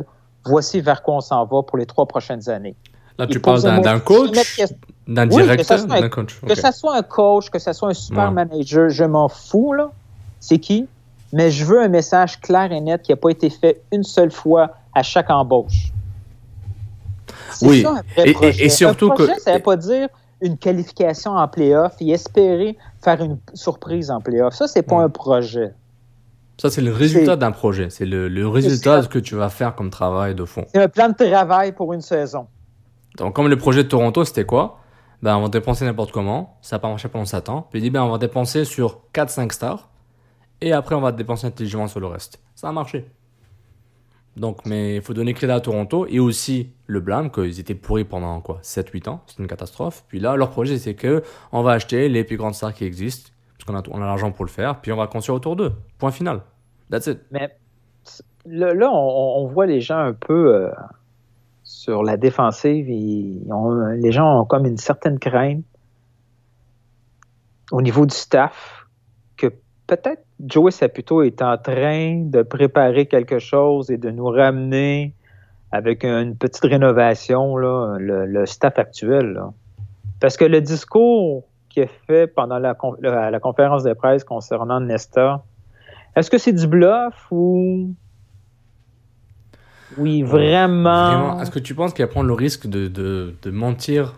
voici vers quoi on s'en va pour les 3 prochaines années. Là, tu parles d'un coach, d'un directeur, d'un coach. Que ça soit un coach, que ça soit un super manager, je m'en fous, là. C'est qui? Mais je veux un message clair et net qui n'a pas été fait une seule fois à chaque embauche. C'est ça, un vrai projet. Et surtout un projet, ça ne veut pas dire une qualification en play-off et espérer faire une surprise en play-off. Ça, c'est pas un projet. Ça, c'est le résultat d'un projet. C'est le résultat de ce que tu vas faire comme travail de fond. C'est un plan de travail pour une saison. Donc, comme le projet de Toronto, c'était quoi? On va dépenser n'importe comment. Ça n'a pas marché pendant 7 ans. Puis il dit, on va dépenser sur 4-5 stars. Et après, on va dépenser intelligemment sur le reste. Ça a marché. Donc, mais il faut donner crédit à Toronto et aussi le blâme qu'ils étaient pourris pendant 7-8 ans. C'est une catastrophe. Puis là, leur projet, c'est qu'on va acheter les plus grandes stars qui existent. Parce qu'on a l'argent pour le faire. Puis on va construire autour d'eux. Point final. That's it. Mais là, on voit les gens un peu... sur la défensive, les gens ont comme une certaine crainte au niveau du staff que peut-être Joey Saputo est en train de préparer quelque chose et de nous ramener avec une petite rénovation, là, le staff actuel. Là. Parce que le discours qu'il a fait pendant la conférence de presse concernant Nesta, est-ce que c'est du bluff ou... Oui, vraiment. Est-ce que tu penses qu'il va prendre le risque de mentir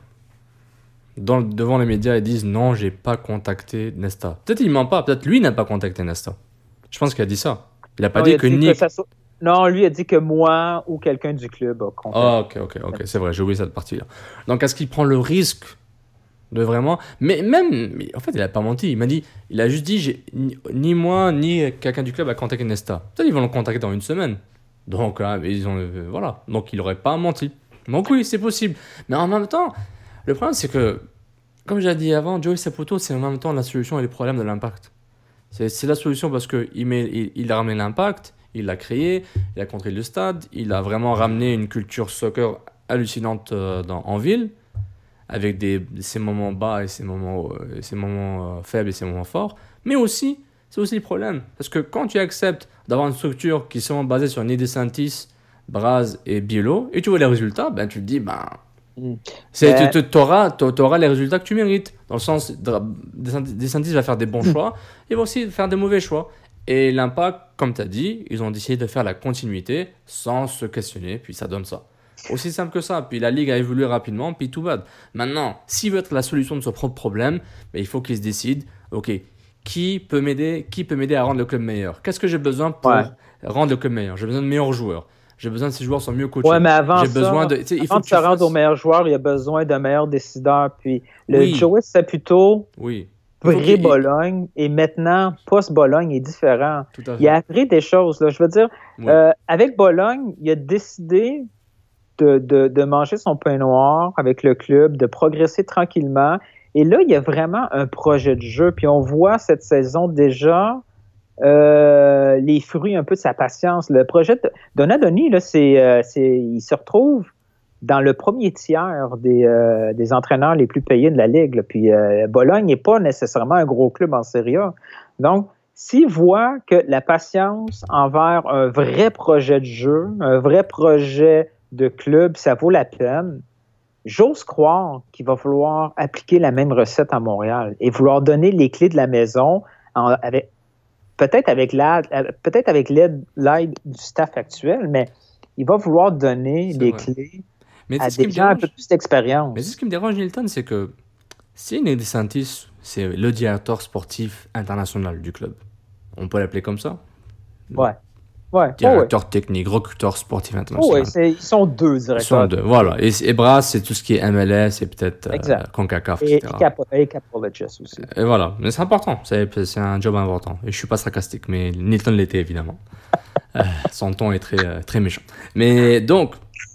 devant les médias et disent non, j'ai pas contacté Nesta? Peut-être il ment pas, peut-être lui n'a pas contacté Nesta. Je pense qu'il a dit ça. Il a pas dit que Nick. Non, lui a dit que moi ou quelqu'un du club a contacté. Ok, c'est vrai, j'ai oublié cette partie-là. Donc est-ce qu'il prend le risque de vraiment. Mais en fait, il a pas menti. Il a juste dit ni moi ni quelqu'un du club a contacté Nesta. Peut-être ils vont le contacter dans une semaine. Donc, voilà. Donc, il n'aurait pas menti. Donc, oui, c'est possible. Mais en même temps, le problème, c'est que, comme j'ai dit avant, Joey Saputo, c'est en même temps la solution et les problèmes de l'Impact. C'est la solution parce qu'il a ramené l'Impact, il l'a créé, il a construit le stade, il a vraiment ramené une culture soccer hallucinante en ville, avec ses moments bas et ses moments faibles et ses moments forts. Mais aussi, c'est aussi le problème. Parce que quand tu acceptes d'avoir une structure qui sont basée sur Nick DeSantis, Braz et Bielo, et tu vois les résultats, tu te dis, tu auras les résultats que tu mérites. Dans le sens, DeSantis va faire des bons choix, il va aussi faire des mauvais choix. Et l'Impact, comme tu as dit, ils ont décidé de faire la continuité sans se questionner, puis ça donne ça. Aussi simple que ça. Puis la Ligue a évolué rapidement, puis tout bad. Maintenant, s'il veut être la solution de son propre problème, il faut qu'il se décide, ok, qui peut m'aider à rendre le club meilleur? Qu'est-ce que j'ai besoin pour rendre le club meilleur? J'ai besoin de meilleurs joueurs. J'ai besoin que ces joueurs soient mieux coachés. Ouais, mais avant de se rendre aux meilleurs joueurs, il y a besoin de meilleurs décideurs. Puis Joey Saputo, pré-Bologne, et maintenant, post-Bologne, est différent. Il a appris des choses. Là. Je veux dire, avec Bologne, il a décidé de manger son pain noir avec le club, de progresser tranquillement. Et là, il y a vraiment un projet de jeu. Puis on voit cette saison déjà les fruits un peu de sa patience. Le projet de Donadoni, là, il se retrouve dans le premier tiers des entraîneurs les plus payés de la Ligue. Là. Puis Bologne n'est pas nécessairement un gros club en Serie A. Donc, s'il voit que la patience envers un vrai projet de jeu, un vrai projet de club, ça vaut la peine, j'ose croire qu'il va falloir appliquer la même recette à Montréal et vouloir donner les clés de la maison peut-être avec l'aide du staff actuel, mais il va vouloir donner les clés à des gens un peu plus d'expérience. Mais ce qui me dérange, Nilton, c'est que si Nick DeSantis, c'est le directeur sportif international du club, on peut l'appeler comme ça? Directeur technique, recruteur sportif international. Ils sont deux directeurs. Voilà. Et Braz, c'est tout ce qui est MLS et peut-être CONCACAF, etc. Et Kapolitch aussi. Et voilà. Mais c'est important. C'est un job important. Et je suis pas sarcastique, mais Nilton l'était, évidemment. Son ton est très, très méchant. Mais donc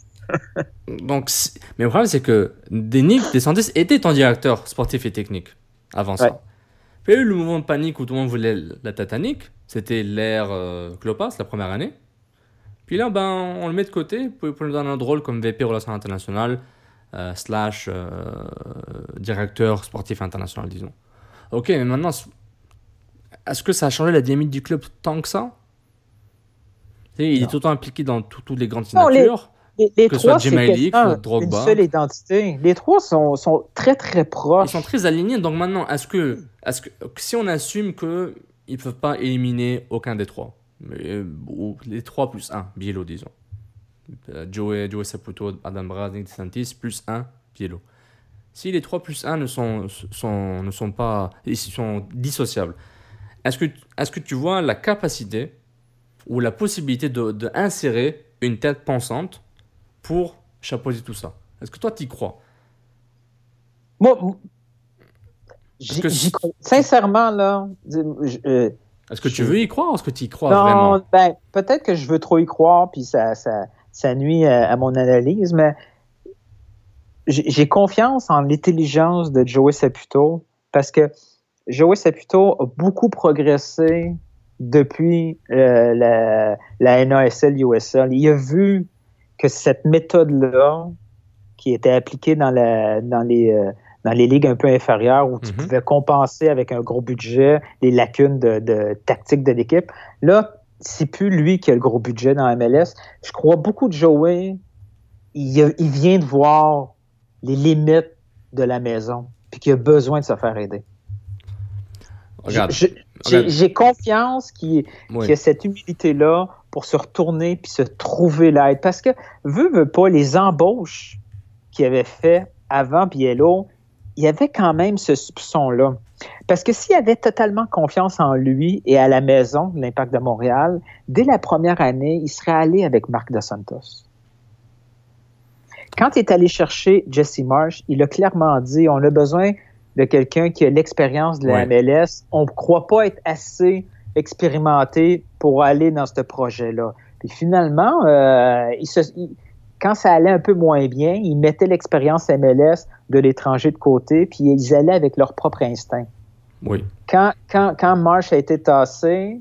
mais le problème, c'est que Nick DeSantis était ton directeur sportif et technique avant ça. Puis il y a eu le mouvement de panique où tout le monde voulait la Titanic. C'était l'ère Klopas, la première année. Puis là, on le met de côté pour nous donner un rôle comme VP Relations Internationales / directeur sportif international, disons. Ok, mais maintenant, est-ce que ça a changé la dynamique du club tant que ça? Il est tout le temps impliqué dans toutes les grandes signatures. Les que ce trois, soit Jemalik, c'est Drogba. une seule identité. Les trois sont très, très proches. Ils sont très alignés. Donc maintenant, est-ce que si on assume qu'ils ne peuvent pas éliminer aucun des trois, les 3 plus 1, Biello, disons. Joey Saputo, Adam Braz, Nick DeSantis, plus 1, Biello. Si les 3 plus 1 ne sont pas... Ils sont dissociables, est-ce que tu vois la capacité ou la possibilité d'insérer une tête pensante pour chapeauter tout ça? Est-ce que toi, tu y crois? Moi, sincèrement, là... est-ce que tu veux y croire ou est-ce que tu y crois vraiment? Non, peut-être que je veux trop y croire, puis ça nuit à mon analyse, mais j'ai confiance en l'intelligence de Joey Saputo, parce que Joey Saputo a beaucoup progressé depuis la NASL-USL. Il a vu que cette méthode-là, qui était appliquée dans les ligues un peu inférieures, où tu pouvais compenser avec un gros budget les lacunes de tactique de l'équipe, là, c'est plus lui qui a le gros budget dans MLS. Je crois beaucoup de Joey, il vient de voir les limites de la maison, puis qu'il a besoin de se faire aider. Regarde. J'ai confiance qu'il y a cette humilité-là pour se retourner puis se trouver l'aide. Parce que, veut pas, les embauches qu'il avait fait avant Biello, il y avait quand même ce soupçon-là. Parce que s'il avait totalement confiance en lui et à la maison de l'Impact de Montréal, dès la première année, il serait allé avec Marc Dos Santos. Quand il est allé chercher Jesse Marsch, il a clairement dit, on a besoin de quelqu'un qui a l'expérience de la MLS. On ne croit pas être assez expérimenté pour aller dans ce projet-là. Puis finalement, quand ça allait un peu moins bien, ils mettaient l'expérience MLS de l'étranger de côté, puis ils allaient avec leur propre instinct. Oui. Quand Marsch a été tassé,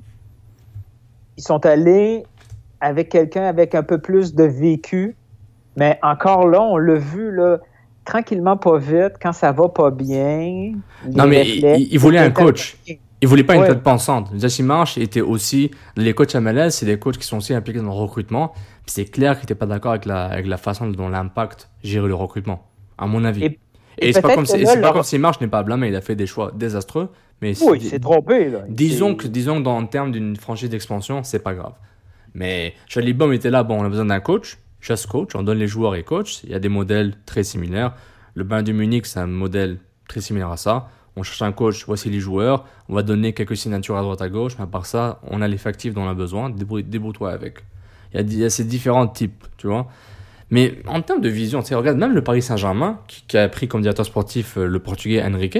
ils sont allés avec quelqu'un avec un peu plus de vécu, mais encore là, on l'a vu, là, tranquillement, pas vite, quand ça va pas bien. Non, mais il voulait un coach. Il voulait pas une tête pensante. Jesse Marsch était aussi... Les coachs MLS, c'est des coachs qui sont aussi impliqués dans le recrutement. Puis c'est clair qu'il n'était pas d'accord avec la façon dont l'Impact gérait le recrutement, à mon avis. Et c'est pas comme si Marsch n'est pas à blâmer. Il a fait des choix désastreux. Mais il s'est trompé. Là. Disons que en termes d'une franchise d'expansion, c'est pas grave. Mais Charlie Baum était là. Bon, on a besoin d'un coach. Chasse coach, on donne les joueurs et coach. Il y a des modèles très similaires. Le Bayern de Munich, c'est un modèle très similaire à ça. On cherche un coach, voici les joueurs. On va donner quelques signatures à droite à gauche. Mais à part ça, on a l'effectif dont on a besoin. Débrouille-toi avec. Il y a ces différents types, tu vois. Mais en termes de vision, tu sais, regarde, même le Paris Saint-Germain, qui a pris comme directeur sportif le Portugais Enrique.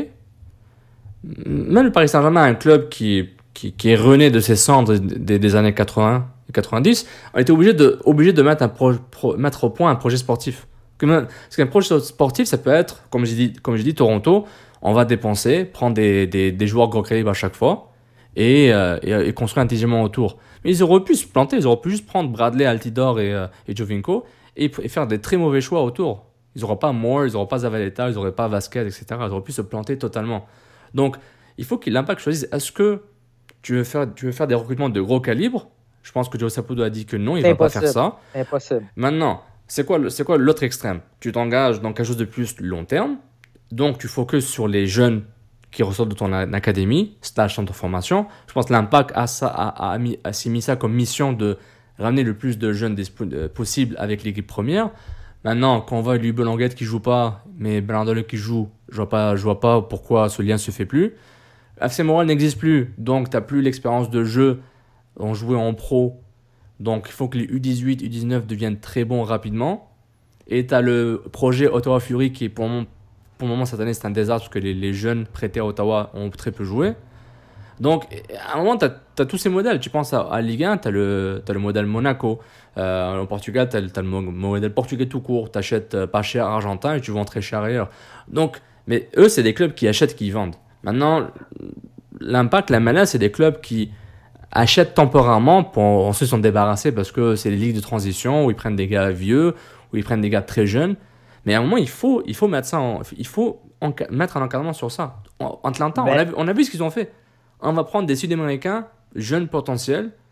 Même le Paris Saint-Germain, un club qui est rené de ses cendres des années 80 et 90, on était obligé de mettre au point un projet sportif. Parce qu'un projet sportif, ça peut être, comme j'ai dit, Toronto, on va dépenser, prendre des joueurs gros calibre à chaque fois et construire intelligemment autour. Mais ils auraient pu se planter, ils auraient pu juste prendre Bradley, Altidore et Jovinko et faire des très mauvais choix autour. Ils n'auraient pas Moore, ils n'auraient pas Zavaleta, ils n'auraient pas Vasquez, etc. Ils auraient pu se planter totalement. Donc, il faut que l'Impact choisisse, est-ce que tu veux faire des recrutements de gros calibre? Je pense que Joe Saputo a dit que non, il ne va pas faire ça. Impossible. Maintenant, c'est quoi l'autre extrême? Tu t'engages dans quelque chose de plus long terme, donc tu focuses sur les jeunes qui ressortent de ton académie, stage, centre de formation. Je pense que l'Impact s'est mis ça comme mission de ramener le plus de jeunes possible avec l'équipe première. Maintenant, quand on voit Louis Belanguette qui joue pas, mais Bernardo qui joue, je vois pas pourquoi ce lien se fait plus. FC Montréal n'existe plus, donc tu n'as plus l'expérience de jeu en jouer en pro. Donc il faut que les U18, U19 deviennent très bons rapidement. Et tu as le projet Ottawa Fury qui, pour le moment, cette année, c'est un désastre parce que les jeunes prêtés à Ottawa ont très peu joué. Donc, à un moment, tu as tous ces modèles. Tu penses à Ligue 1, tu as le modèle Monaco. Au Portugal, tu as le modèle portugais tout court. Tu achètes pas cher argentin et tu vends très cher ailleurs. Donc, mais eux, c'est des clubs qui achètent, qui vendent. Maintenant, l'Impact, la MLS, c'est des clubs qui achètent temporairement pour ensuite s'en débarrasser parce que c'est les ligues de transition où ils prennent des gars vieux, où ils prennent des gars très jeunes. Mais à un moment, il faut mettre mettre un encadrement sur ça. Atlanta, on a vu ce qu'ils ont fait. On va prendre des Sud-Américains, jeunes potentiels,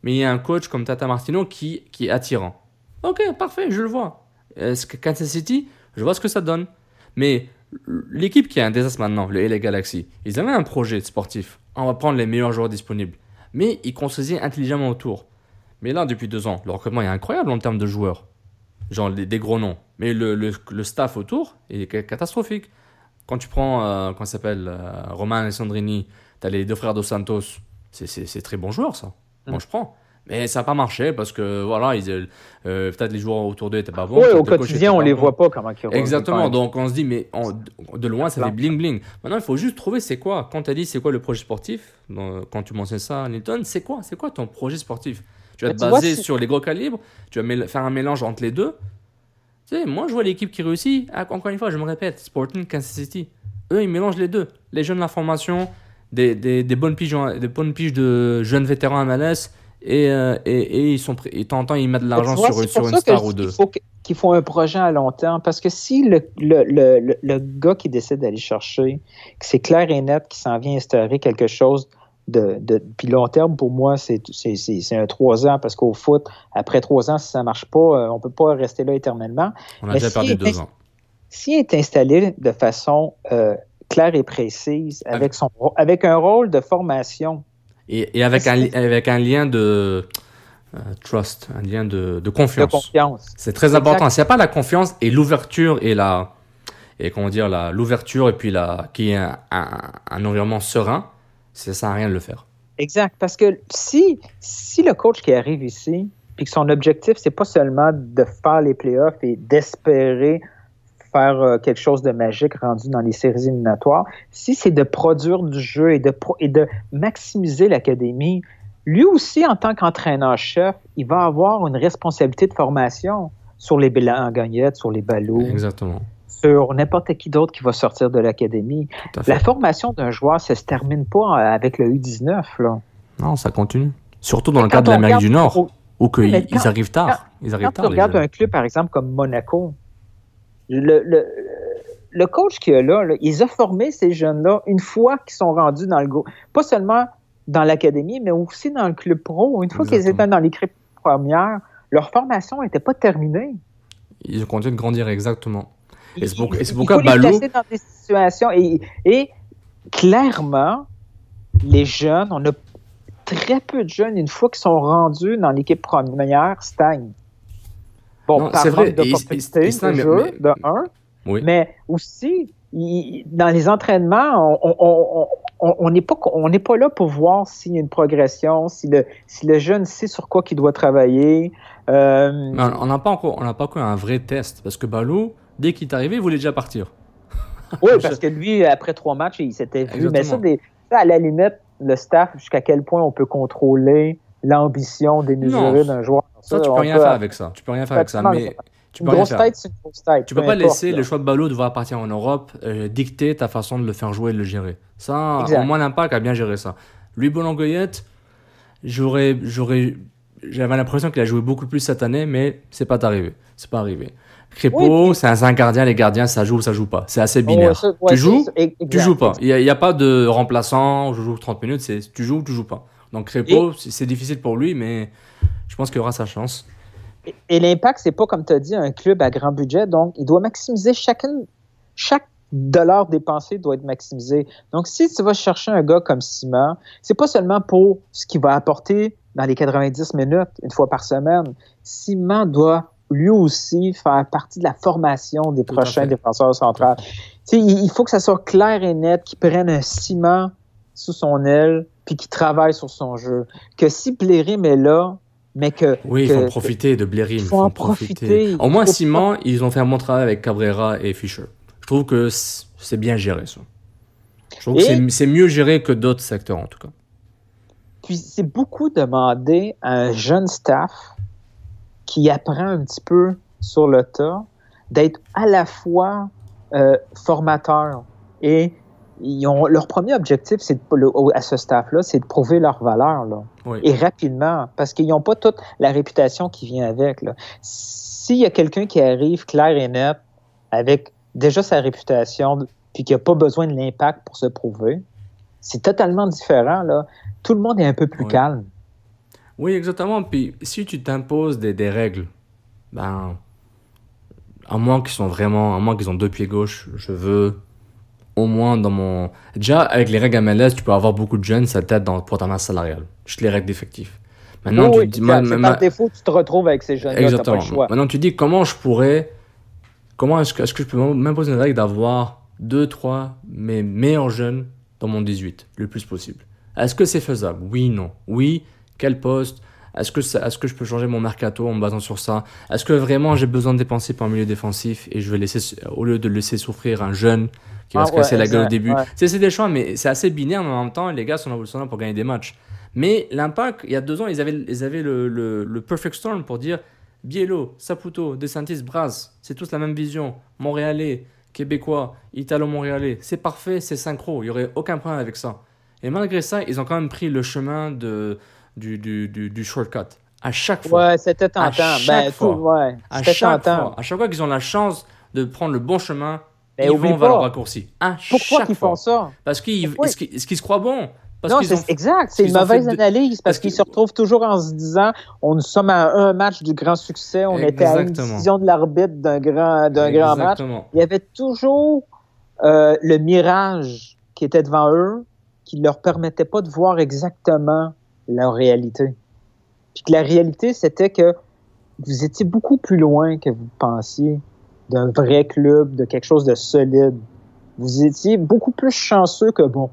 mais il y a un coach comme Tata Martino qui est attirant. Ok, parfait, je le vois. Kansas City, je vois ce que ça donne. Mais l'équipe qui a un désastre maintenant, le LA Galaxy, ils avaient un projet sportif. On va prendre les meilleurs joueurs disponibles. Mais ils construisaient intelligemment autour. Mais là, depuis 2 ans, le recrutement est incroyable en termes de joueurs. Genre des gros noms. Mais le staff autour est catastrophique. Quand tu prends, comment ça s'appelle, Romain Alessandrini, tu as les 2 frères Dos Santos. C'est très bon joueur, ça. Moi, je prends. Mais ça n'a pas marché parce que, voilà, peut-être les joueurs autour d'eux n'étaient pas bons. Oui, au quotidien, on ne les voit pas comment ils Exactement. Donc, on se dit, mais de loin, ça fait bling-bling. Maintenant, il faut juste trouver c'est quoi. Quand tu as dit c'est quoi le projet sportif, quand tu mentionnes ça, Nilton, c'est quoi ton projet sportif? Tu vas te baser sur les gros calibres, tu vas faire un mélange entre les deux. Tu sais, moi, je vois l'équipe qui réussit. Encore une fois, je me répète, Sporting, Kansas City. Eux, ils mélangent les deux. Les jeunes de la formation, des bonnes piges de jeunes vétérans MLS. Et de temps en temps, ils mettent de l'argent sur une star ou deux. Il faut qu'ils font un projet à long terme. Parce que si le gars qui décide d'aller chercher, que c'est clair et net qu'il s'en vient instaurer quelque chose puis long terme, pour moi, c'est un 3 ans. Parce qu'au foot, après 3 ans, si ça ne marche pas, on ne peut pas rester là éternellement. On a déjà perdu 2 ans. S'il est installé de façon claire et précise, avec un rôle de formation, et avec un lien de trust, un lien de confiance. C'est très important. S'il n'y a pas la confiance et l'ouverture l'ouverture et puis qu'il y ait un environnement serein, ça sert à rien de le faire. Exact. Parce que si le coach qui arrive ici, puis que son objectif, c'est pas seulement de faire les playoffs et d'espérer faire quelque chose de magique rendu dans les séries éliminatoires, si c'est de produire du jeu et de maximiser l'académie, lui aussi, en tant qu'entraîneur-chef, il va avoir une responsabilité de formation sur les Gagnettes, sur les ballots. Exactement. Sur n'importe qui d'autre qui va sortir de l'académie. La formation d'un joueur, ça ne se termine pas avec le U19. Là. Non, ça continue. Surtout dans le cadre de l'Amérique du Nord, où ils arrivent tard. Quand tu regardes un club, par exemple, comme Monaco, le coach qu'il y a là, il a formé ces jeunes-là une fois qu'ils sont rendus dans le pas seulement dans l'académie, mais aussi dans le club pro. Une fois qu'ils étaient dans l'équipe première, leur formation n'était pas terminée. Ils continuent de grandir, exactement. Et c'est pourquoi Balou... Il faut les placer dans des situations. Et clairement, les jeunes, on a très peu de jeunes, une fois qu'ils sont rendus dans l'équipe première, stagnent. Bon, non, par manque d'opportunité de jeu, de un, oui. Mais aussi, dans les entraînements, on n'est pas là pour voir s'il y a une progression, si le jeune sait sur quoi il doit travailler. On n'a pas encore un vrai test, parce que Balou, dès qu'il est arrivé, il voulait déjà partir. Oui, parce que lui, après 3 matchs, il s'était vu. Exactement. Mais ça, à la limite, le staff, jusqu'à quel point on peut contrôler l'ambition démesurée d'un joueur. Ça, tu peux rien faire avec ça. Tu peux rien faire avec ça. Mais tu peux une grosse tête, c'est une grosse tête. Tu peux pas laisser le choix de Balou de vouloir partir en Europe dicter ta façon de le faire jouer et de le gérer. Ça, au moins l'Impact a bien géré ça. Lui, Bolangoyette, j'avais l'impression qu'il a joué beaucoup plus cette année, mais c'est pas arrivé. Crépeau, c'est un gardien. Les gardiens, ça joue ou ça joue pas. C'est assez binaire. Tu joues pas. Il y a pas de remplaçant. Je joue 30 minutes. Tu joues ou tu joues pas. Donc Crépeau, c'est difficile pour lui, mais je pense qu'il aura sa chance. Et l'Impact, c'est pas, comme tu as dit, un club à grand budget. Donc, il doit maximiser chaque dollar dépensé doit être maximisé. Donc, si tu vas chercher un gars comme Simon, c'est pas seulement pour ce qu'il va apporter dans les 90 minutes, une fois par semaine. Simon doit lui aussi faire partie de la formation des prochains défenseurs centrales. Il faut que ça soit clair et net, qu'il prenne un Simon sous son aile puis qu'il travaille sur son jeu. Que si Blérim est là, mais que... Oui, il faut en profiter de Blérim. Il faut en profiter. Au moins, Simon, ils ont fait un bon travail avec Cabrera et Fischer. Je trouve que c'est bien géré, ça. Je trouve que c'est mieux géré que d'autres secteurs, en tout cas. Puis, c'est beaucoup demandé à un jeune staff qui apprend un petit peu sur le tas, d'être à la fois formateur et leur premier objectif, à ce staff-là, c'est de prouver leur valeur, là. Oui. Et rapidement, parce qu'ils n'ont pas toute la réputation qui vient avec, là. S'il y a quelqu'un qui arrive clair et net avec déjà sa réputation puis qui n'a pas besoin de l'impact pour se prouver, c'est totalement différent, là. Tout le monde est un peu plus calme. Oui, exactement. Puis si tu t'imposes des règles, ben, à moins qu'ils ont 2 pieds gauche, je veux au moins dans mon... Déjà, avec les règles MLS, tu peux avoir beaucoup de jeunes, ça t'aide pour ta masse salariale. Juste les règles d'effectifs. Maintenant, oui, par défaut, tu te retrouves avec ces jeunes-là, t'as pas le choix. Maintenant, tu dis comment est-ce que je peux m'imposer une règle d'avoir 2-3 mes meilleurs jeunes dans mon 18, le plus possible. Est-ce que c'est faisable? Oui, non. Oui, quel poste? Est-ce que je peux changer mon mercato en me basant sur ça? Est-ce que vraiment j'ai besoin de dépenser pour un milieu défensif et je vais au lieu de laisser souffrir un jeune qui va se casser la gueule au début? Ouais. C'est des choix, mais c'est assez binaire, mais en même temps, les gars sont là pour gagner des matchs. Mais l'Impact, il y a 2 ans, ils avaient le perfect storm pour dire Biello, Saputo, DeSantis, Braz, c'est tous la même vision. Montréalais, Québécois, Italo-Montréalais, c'est parfait, c'est synchro, il n'y aurait aucun problème avec ça. Et malgré ça, ils ont quand même pris le chemin du shortcut. À chaque fois. Ouais, c'était tentant. À chaque fois qu'ils ont la chance de prendre le bon chemin, ils vont vers le raccourci. Pourquoi ils font ça? Parce qu'ils se croient bons. Exact. C'est une mauvaise analyse parce qu'ils se retrouvent toujours en se disant nous sommes à un match du grand succès, on était à une décision de l'arbitre d'un grand match. Il y avait toujours le mirage qui était devant eux qui ne leur permettait pas de voir exactement leur réalité. Puis que la réalité, c'était que vous étiez beaucoup plus loin que vous pensiez d'un vrai club, de quelque chose de solide. Vous étiez beaucoup plus chanceux que bon.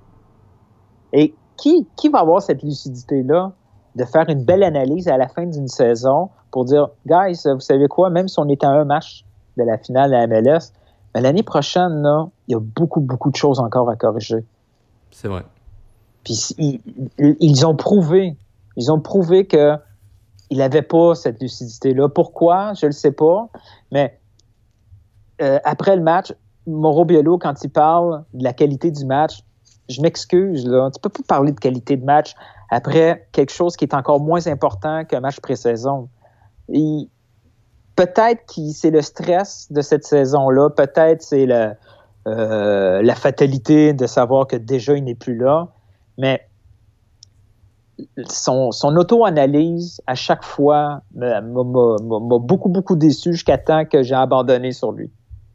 Et qui va avoir cette lucidité-là de faire une belle analyse à la fin d'une saison pour dire « Guys, vous savez quoi? Même si on est à un match de la finale de la MLS, mais l'année prochaine, là, il y a beaucoup, beaucoup de choses encore à corriger. » C'est vrai. Puis ils ont prouvé qu'ils n'avaient pas cette lucidité-là. Pourquoi? Je ne le sais pas. Mais après le match, Mauro Biello, quand il parle de la qualité du match, je m'excuse, là. Tu peux pas parler de qualité de match après quelque chose qui est encore moins important qu'un match pré-saison. Peut-être que c'est le stress de cette saison-là. Peut-être c'est la fatalité de savoir que déjà il n'est plus là. Mais son auto-analyse, à chaque fois, m'a beaucoup, beaucoup déçu jusqu'à temps que j'ai abandonné sur lui.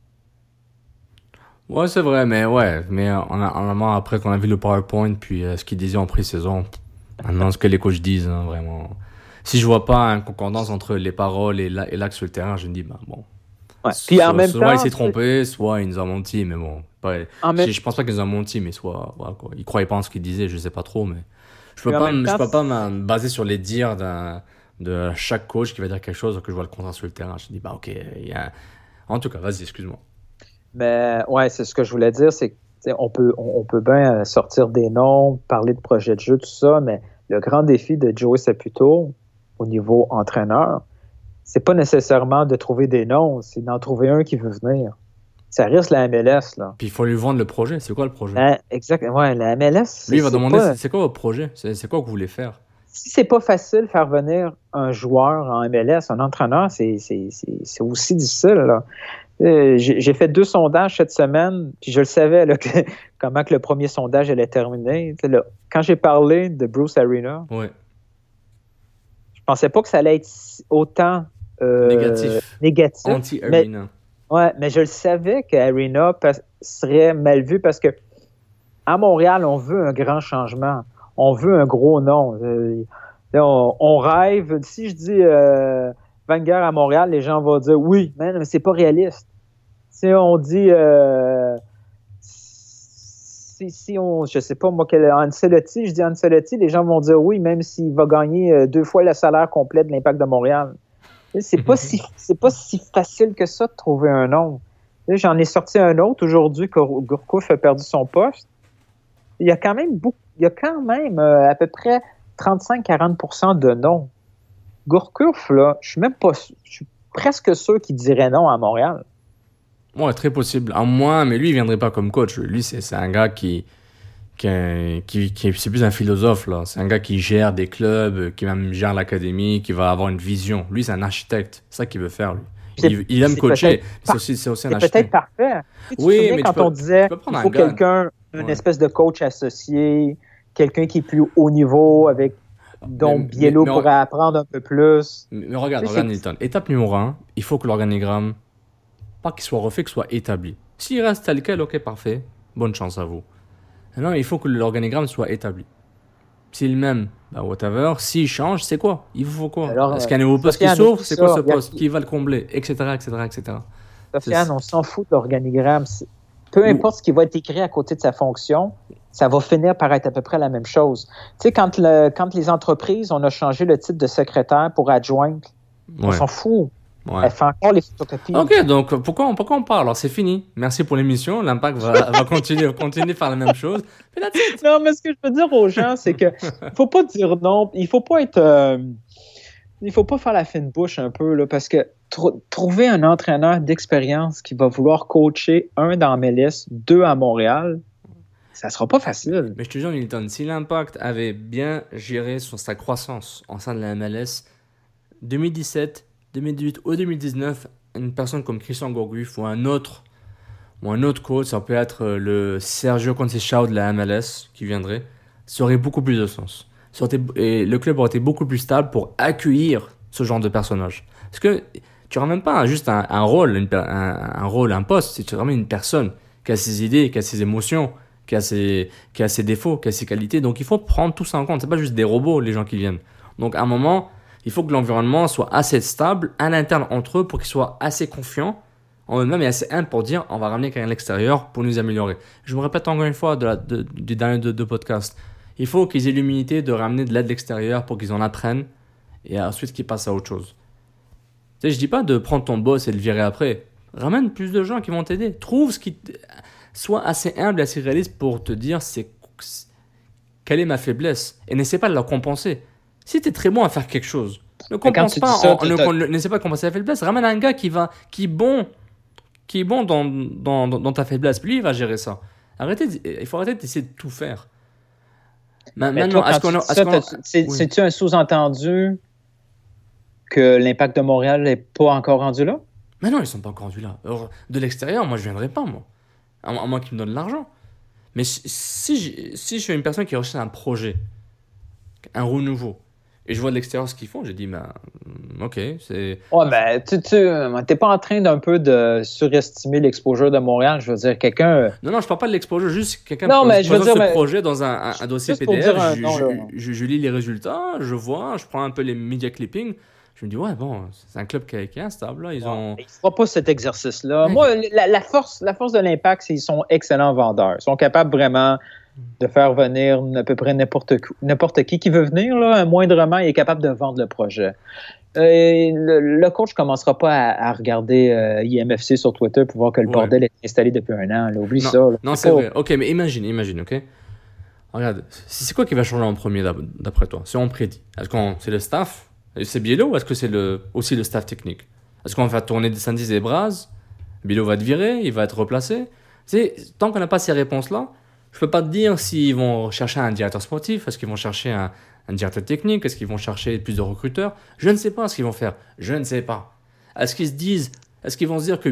Ouais, c'est vrai, mais après qu'on a vu le PowerPoint, puis ce qu'ils disaient en pré-saison, maintenant ce que les coachs disent, hein, vraiment. Si je vois pas une concordance entre les paroles et l'acte sur le terrain, je me dis, bon. Ouais. Puis en même soit temps, il s'est trompé, soit il nous a menti, mais bon. Je pense pas qu'il nous a menti, mais soit, voilà, quoi. Il croyait pas en ce qu'il disait, je sais pas trop, mais je peux pas me baser sur les dires de chaque coach qui va dire quelque chose, que je vois le contraire sur le terrain. Je me dis, ok, en tout cas, vas-y, excuse-moi. Mais ouais, c'est ce que je voulais dire, c'est qu'on peut bien sortir des noms, parler de projets de jeu, tout ça, mais le grand défi de Joey Saputo au niveau entraîneur, c'est pas nécessairement de trouver des noms, c'est d'en trouver un qui veut venir. Ça risque la MLS, là. Puis il faut lui vendre le projet. C'est quoi le projet? Exactement. Ouais, la MLS. Lui, il va demander c'est quoi votre projet? C'est quoi que vous voulez faire? Si c'est pas facile de faire venir un joueur en MLS, un entraîneur, c'est aussi difficile, là. J'ai fait 2 sondages cette semaine, puis je le savais là, comment que le premier sondage allait terminer. Là, quand j'ai parlé de Bruce Arena, je pensais pas que ça allait être autant négatif. Anti-Arena. Mais je le savais qu'Arena serait mal vu parce que à Montréal, on veut un grand changement. On veut un gros nom. On rêve. Si je dis Wenger à Montréal, les gens vont dire oui, mais c'est pas réaliste. Si on dit je sais pas moi Ancelotti, je dis Ancelotti, les gens vont dire oui, même s'il va gagner 2 fois le salaire complet de l'Impact de Montréal. C'est pas si facile que ça de trouver un nom. J'en ai sorti un autre aujourd'hui que Gourcuff a perdu son poste. Il y a quand même à peu près 35-40% de noms. Gourcuff, là, je suis presque sûr qu'il dirait non à Montréal. Ouais, très possible. À moins, mais lui, il viendrait pas comme coach. Lui, c'est un gars qui c'est plus un philosophe, là. C'est un gars qui gère des clubs, qui même gère l'académie, qui va avoir une vision. Lui, c'est un architecte. C'est ça qu'il veut faire, lui. Il aime coacher. C'est aussi un architecte. C'est peut-être parfait. Oui, mais on disait qu'il faut quelqu'un, une espèce de coach associé, quelqu'un qui est plus haut niveau avec dont Biello pourrait apprendre un peu plus. Mais regarde Nilton. Étape numéro 1, il faut que l'organigramme, pas qu'il soit refait, qu'il soit établi. S'il reste tel quel, ok, parfait. Bonne chance à vous. Non, il faut que l'organigramme soit établi. S'il est le même, whatever. S'il change, c'est quoi? Il vous faut quoi? Alors, est-ce qu'il y a un nouveau poste qui s'ouvre? C'est quoi ce poste? Qui va le combler? Etc. Sofiane, on s'en fout de l'organigramme. Peu importe ce qui va être écrit à côté de sa fonction, ça va finir par être à peu près la même chose. Tu sais, quand les entreprises, on a changé le titre de secrétaire pour adjointe, on s'en fout. Ouais. Elle fait encore les photocopies. Ok, donc pourquoi on parle? Alors c'est fini. Merci pour l'émission. L'Impact va continuer à faire la même chose. Non, mais ce que je veux dire aux gens, c'est que faut pas dire non. Il faut pas faire la fine bouche un peu là, parce que trouver un entraîneur d'expérience qui va vouloir coacher un dans MLS, 2 à Montréal, ça sera pas facile. Mais je te jure, Nilton, si l'Impact avait bien géré sa croissance en sein de la MLS, 2017, 2018 ou 2019, une personne comme Christian Gourcuff ou un autre coach, ça peut être le Sergio Conceição de la MLS qui viendrait, ça aurait beaucoup plus de sens. Et le club aurait été beaucoup plus stable pour accueillir ce genre de personnage. Parce que tu ne ramènes pas juste un rôle, un poste, c'est vraiment une personne qui a ses idées, qui a ses émotions, qui a ses défauts, qui a ses qualités. Donc il faut prendre tout ça en compte. Ce n'est pas juste des robots, les gens qui viennent. Donc à un moment, il faut que l'environnement soit assez stable à l'interne entre eux pour qu'ils soient assez confiants en eux-mêmes et assez humbles pour dire on va ramener quelqu'un de l'extérieur pour nous améliorer. Je me répète encore une fois du dernier deux podcasts. Il faut qu'ils aient l'humilité de ramener de l'aide de l'extérieur pour qu'ils en apprennent et ensuite qu'ils passent à autre chose. Tu sais, je dis pas de prendre ton boss et de le virer après. Ramène plus de gens qui vont t'aider. Sois assez humble et assez réaliste pour te dire quelle est ma faiblesse et n'essaie pas de la compenser. Si tu es très bon à faire quelque chose, ne compense pas, n'essaie pas de compenser la faiblesse. Ramène un gars qui est bon dans ta faiblesse. Lui, il va gérer ça. Il faut arrêter d'essayer de tout faire. Maintenant, c'est-tu un sous-entendu que l'Impact de Montréal n'est pas encore rendu là? Mais non, ils ne sont pas encore rendus là. Alors, de l'extérieur, moi, je ne viendrai pas, moi. À moins qu'ils me donnent de l'argent. Mais si je suis une personne qui recherche un projet, un renouveau, et je vois de l'extérieur ce qu'ils font, j'ai dit, ok, c'est... Ouais, mais tu n'es pas en train d'un peu de surestimer l'exposure de Montréal, je veux dire, quelqu'un... Non, je parle pas de l'exposure, juste quelqu'un présente ce projet dans un dossier PDF, je lis les résultats, je vois, je prends un peu les media clippings, je me dis, ouais, bon, c'est un club qui est instable, là, ils ont... Il ne fera pas cet exercice-là. Ouais. Moi, la force de l'Impact, c'est qu'ils sont excellents vendeurs. Ils sont capables vraiment de faire venir à peu près n'importe qui veut venir, là, moindrement, il est capable de vendre le projet. Le coach ne commencera pas à regarder IMFC sur Twitter pour voir que le bordel est installé depuis 1 an. Là. Oublie ça. Là. Non, c'est vrai. OK, mais imagine, OK? Regarde, c'est quoi qui va changer en premier d'après toi? Si on prédit. Est-ce que c'est le staff? C'est Biello ou est-ce que c'est aussi le staff technique? Est-ce qu'on va tourner des Sandis et Braz? Biello va être viré, il va être replacé? Tant qu'on n'a pas ces réponses-là, je ne peux pas te dire s'ils vont chercher un directeur sportif, est-ce qu'ils vont chercher un directeur technique, est-ce qu'ils vont chercher plus de recruteurs. Je ne sais pas ce qu'ils vont faire. Je ne sais pas. Est-ce qu'ils vont se dire que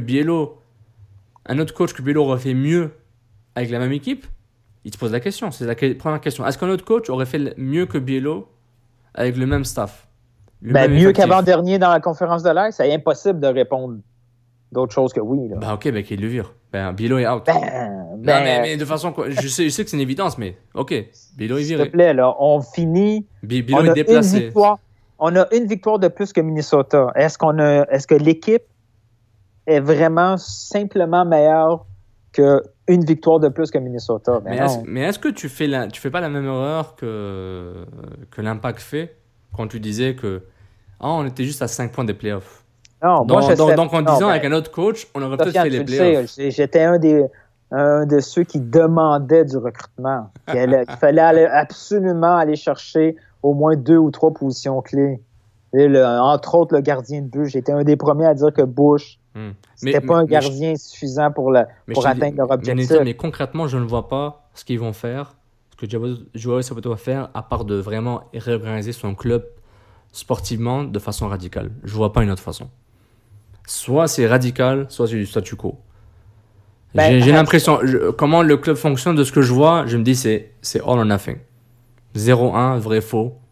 un autre coach que Biello aurait fait mieux avec la même équipe? Ils te posent la question. C'est la première question. Est-ce qu'un autre coach aurait fait mieux que Biello avec le même staff? Mieux qu'avant-dernier dans la conférence de l'air, c'est impossible de répondre d'autre chose que oui. Là. OK, qu'il le vire. Biello est out. Non, mais de façon... Je sais que c'est une évidence, mais OK, Biello est viré. S'il te plaît, là, on finit... Biello est déplacé. On a une victoire de plus que Minnesota. Est-ce que l'équipe est vraiment simplement meilleure qu'une victoire de plus que Minnesota? Mais est-ce que tu fais pas la même erreur que l'Impact fait quand tu disais que on était juste à 5 points des playoffs? Non, donc en disant avec un autre coach, on aurait peut-être fait les playoffs. J'étais un de ceux qui demandaient du recrutement. Il fallait absolument aller chercher au moins 2 ou 3 positions clés. Entre autres, le gardien de but. J'étais un des premiers à dire que Bush, c'était pas un gardien suffisant pour atteindre leur objectif. Mais concrètement, je ne vois pas ce qu'ils vont faire, ce que Joao Saputo va faire, à part de vraiment réorganiser son club sportivement de façon radicale. Je ne vois pas une autre façon. Soit c'est radical, soit c'est du statu quo. J'ai l'impression, comment le club fonctionne de ce que je vois, je me dis c'est all or nothing. 0-1, vrai faux.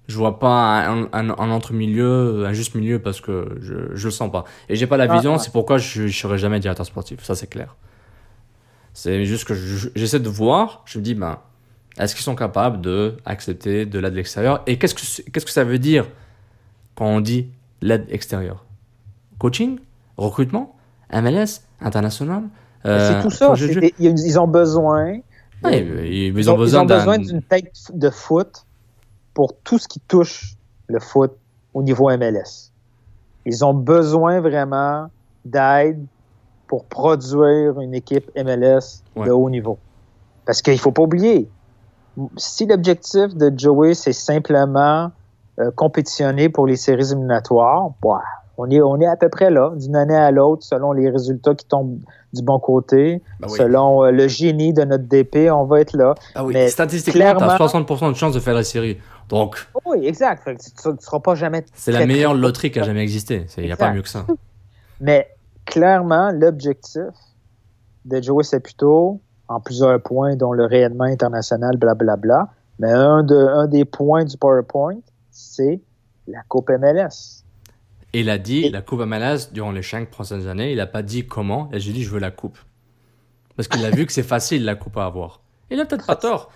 Je vois pas un entre-milieu, un juste milieu parce que je le sens pas. Et j'ai pas la vision, c'est pourquoi je serai jamais directeur sportif. Ça, c'est clair. C'est juste que j'essaie de voir, je me dis, est-ce qu'ils sont capables d'accepter de l'aide extérieure? Et qu'est-ce que ça veut dire quand on dit l'aide extérieure? Coaching? Recrutement? MLS? International? C'est tout ça. Ils ont besoin. Ils ont besoin d'une tête de foot pour tout ce qui touche le foot au niveau MLS. Ils ont besoin vraiment d'aide pour produire une équipe MLS de haut niveau. Parce qu'il ne faut pas oublier, si l'objectif de Joey, c'est simplement compétitionner pour les séries éliminatoires, on est à peu près là, d'une année à l'autre, selon les résultats qui tombent du bon côté, selon le génie de notre DP, on va être là. Mais statistiquement, tu as 60% de chances de faire la série. Donc, oui, exact. Tu ne seras pas jamais... C'est la meilleure loterie qui a jamais existé. Il n'y a pas mieux que ça. Mais clairement, l'objectif de Joey Saputo, en plusieurs points, dont le rayonnement international, blablabla, mais un des points du PowerPoint, c'est la Coupe MLS. Et il a dit la Coupe MLS durant les 5 prochaines années. Il n'a pas dit comment. Et j'ai dit je veux la Coupe. Parce qu'il a vu que c'est facile la Coupe à avoir. Il n'a peut-être pas tort.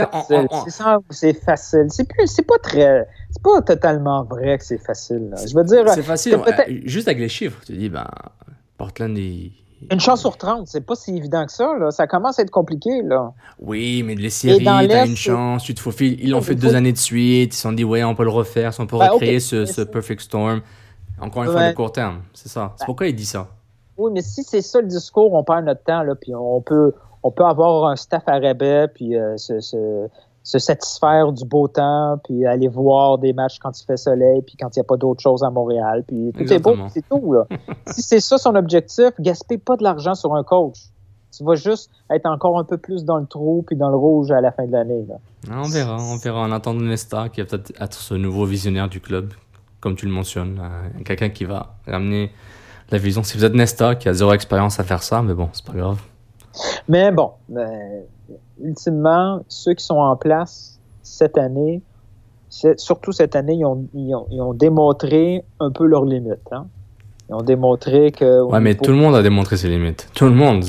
C'est facile. C'est pas totalement vrai que c'est facile. Là. Je veux dire. C'est facile. Juste avec les chiffres. Tu dis, Portland, une chance sur 30, c'est pas si évident que ça. Là. Ça commence à être compliqué. Là. Oui, mais les séries, t'as une chance, tu te faufiles. Ils l'ont fait 2 années de suite. Ils se sont dit, on peut le refaire. On peut recréer ce Perfect Storm. Encore une fois, de court terme. C'est ça. C'est pourquoi il dit ça. Oui, mais si c'est ça le discours, on perd notre temps. Là, puis on peut avoir un staff à rabais, puis se satisfaire du beau temps, puis aller voir des matchs quand il fait soleil, puis quand il n'y a pas d'autre chose à Montréal. Puis tout est beau, c'est tout. Là. Si c'est ça son objectif, gaspille pas de l'argent sur un coach. Tu vas juste être encore un peu plus dans le trou puis dans le rouge à la fin de l'année. Là. On verra. En attendant Nesta, qui va peut-être être ce nouveau visionnaire du club, comme tu le mentionnes. Quelqu'un qui va ramener la vision. Si vous êtes Nesta, qui a 0 expérience à faire ça, mais bon, c'est pas grave. Mais bon, ultimement, ceux qui sont en place cette année, surtout cette année, ils ont démontré un peu leurs limites. Hein? Ils ont démontré que... mais tout le monde a démontré ses limites. Tout le monde.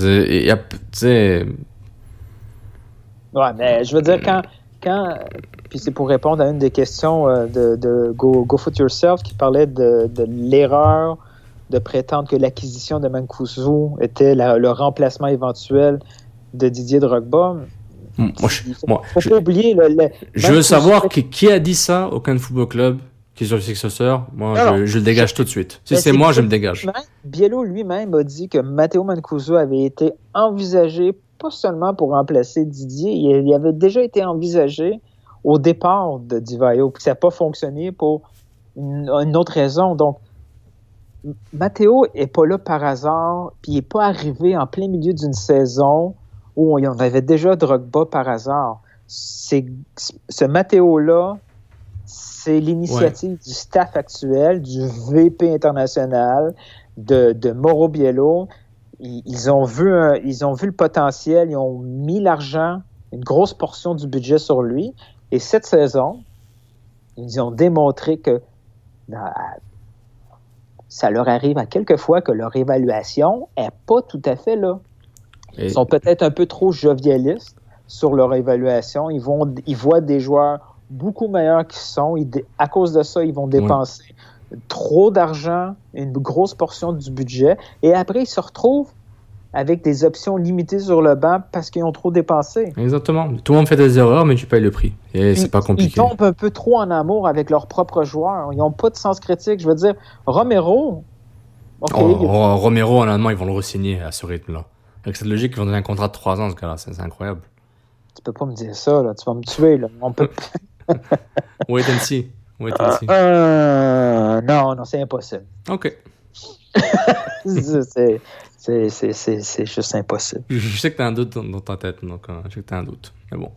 Ouais, mais je veux dire, quand puis c'est pour répondre à une des questions de Go Foot Yourself qui parlait de l'erreur de prétendre que l'acquisition de Mancuso était le remplacement éventuel de Didier Drogba. Il faut pas oublier... Je veux savoir qui a dit ça au Cannes Football Club, qui est sur le successeur. Moi, je le dégage tout de suite. Si c'est moi, je me dégage. Biello lui-même a dit que Matteo Mancuso avait été envisagé pas seulement pour remplacer Didier, il avait déjà été envisagé au départ de Divaio, puis ça n'a pas fonctionné pour une autre raison. Donc, Matteo n'est pas là par hasard, puis il n'est pas arrivé en plein milieu d'une saison où on avait déjà Drogba par hasard. Ce Matteo-là, c'est l'initiative du staff actuel, du VP international, de Mauro Biello. Ils ont vu le potentiel, ils ont mis l'argent, une grosse portion du budget sur lui. Et cette saison, ils ont démontré que ça leur arrive à quelques fois que leur évaluation n'est pas tout à fait là. Ils sont peut-être un peu trop jovialistes sur leur évaluation. Ils voient des joueurs beaucoup meilleurs qu'ils sont. À cause de ça, ils vont dépenser trop d'argent, une grosse portion du budget. Et après, ils se retrouvent avec des options limitées sur le banc parce qu'ils ont trop dépensé. Exactement. Tout le monde fait des erreurs, mais tu payes le prix. Et c'est pas compliqué. Ils tombent un peu trop en amour avec leurs propres joueurs. Ils n'ont pas de sens critique. Je veux dire, Romero... Romero, honnêtement, ils vont le re-signer à ce rythme-là. Avec cette logique, ils vont donner un contrat de 3 ans, ce gars-là. C'est incroyable. Tu peux pas me dire ça, là. Tu vas me tuer, là. On peut... Wait and see. Non, c'est impossible. OK. C'est juste impossible. Je sais que tu as un doute dans ta tête, donc je sais que tu as un doute. Mais bon.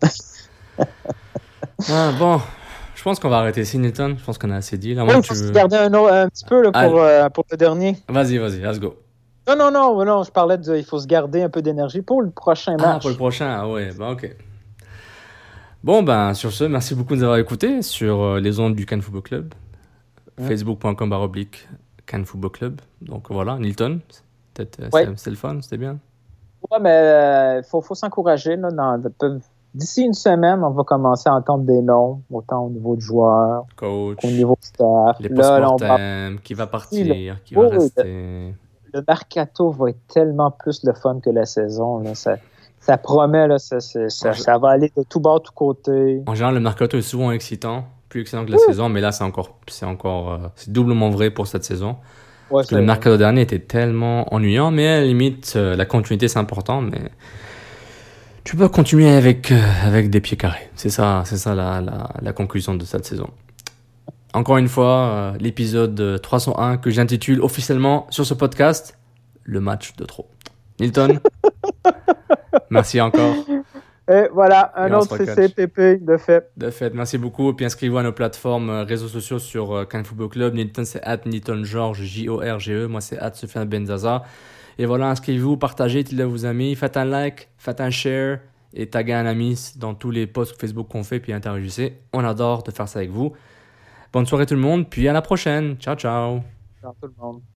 Bon, je pense qu'on va arrêter ici, Nilton. Je pense qu'on a assez dit. Là, il faut se garder un petit peu là, pour le dernier. Vas-y, let's go. Non, je parlais il faut se garder un peu d'énergie pour le prochain match. Pour le prochain, OK. Bon, ben, sur ce, merci beaucoup de nous avoir écoutés sur les ondes du Cannes Football Club. Facebook.com/Cannes Football Club. Donc voilà, Nilton, c'est le fun, c'était bien. Ouais, mais faut s'encourager. Là, d'ici une semaine, on va commencer à entendre des noms, autant au niveau de joueurs, coach, qu'au niveau staff. Les post-mortem, qui va partir, qui va rester. Le mercato va être tellement plus le fun que la saison. Là. Ça promet, là, ça va aller de tout bord, tout côté. En général, le mercato est souvent excitant, plus excitant que la saison, mais là, c'est doublement vrai pour cette saison. Ouais, parce que le mercato dernier était tellement ennuyant, mais à la limite, la continuité, c'est important, mais tu peux continuer avec des pieds carrés. C'est ça la conclusion de cette saison. Encore une fois, l'épisode 301 que j'intitule officiellement sur ce podcast, le match de trop. Nilton, merci encore. Et voilà, un autre CCPP de fait. De fait, merci beaucoup. Et puis inscrivez-vous à nos plateformes réseaux sociaux sur Cannes Football Club. Nilton, c'est @NiltonGeorges, Jorge. Moi, c'est @Sofiane Benzaza. Et voilà, inscrivez-vous, partagez, dites-le à vos amis. Faites un like, faites un share et taguez un ami dans tous les posts Facebook qu'on fait. Puis interagissez. On adore de faire ça avec vous. Bonne soirée tout le monde. Puis à la prochaine. Ciao, ciao. Ciao tout le monde.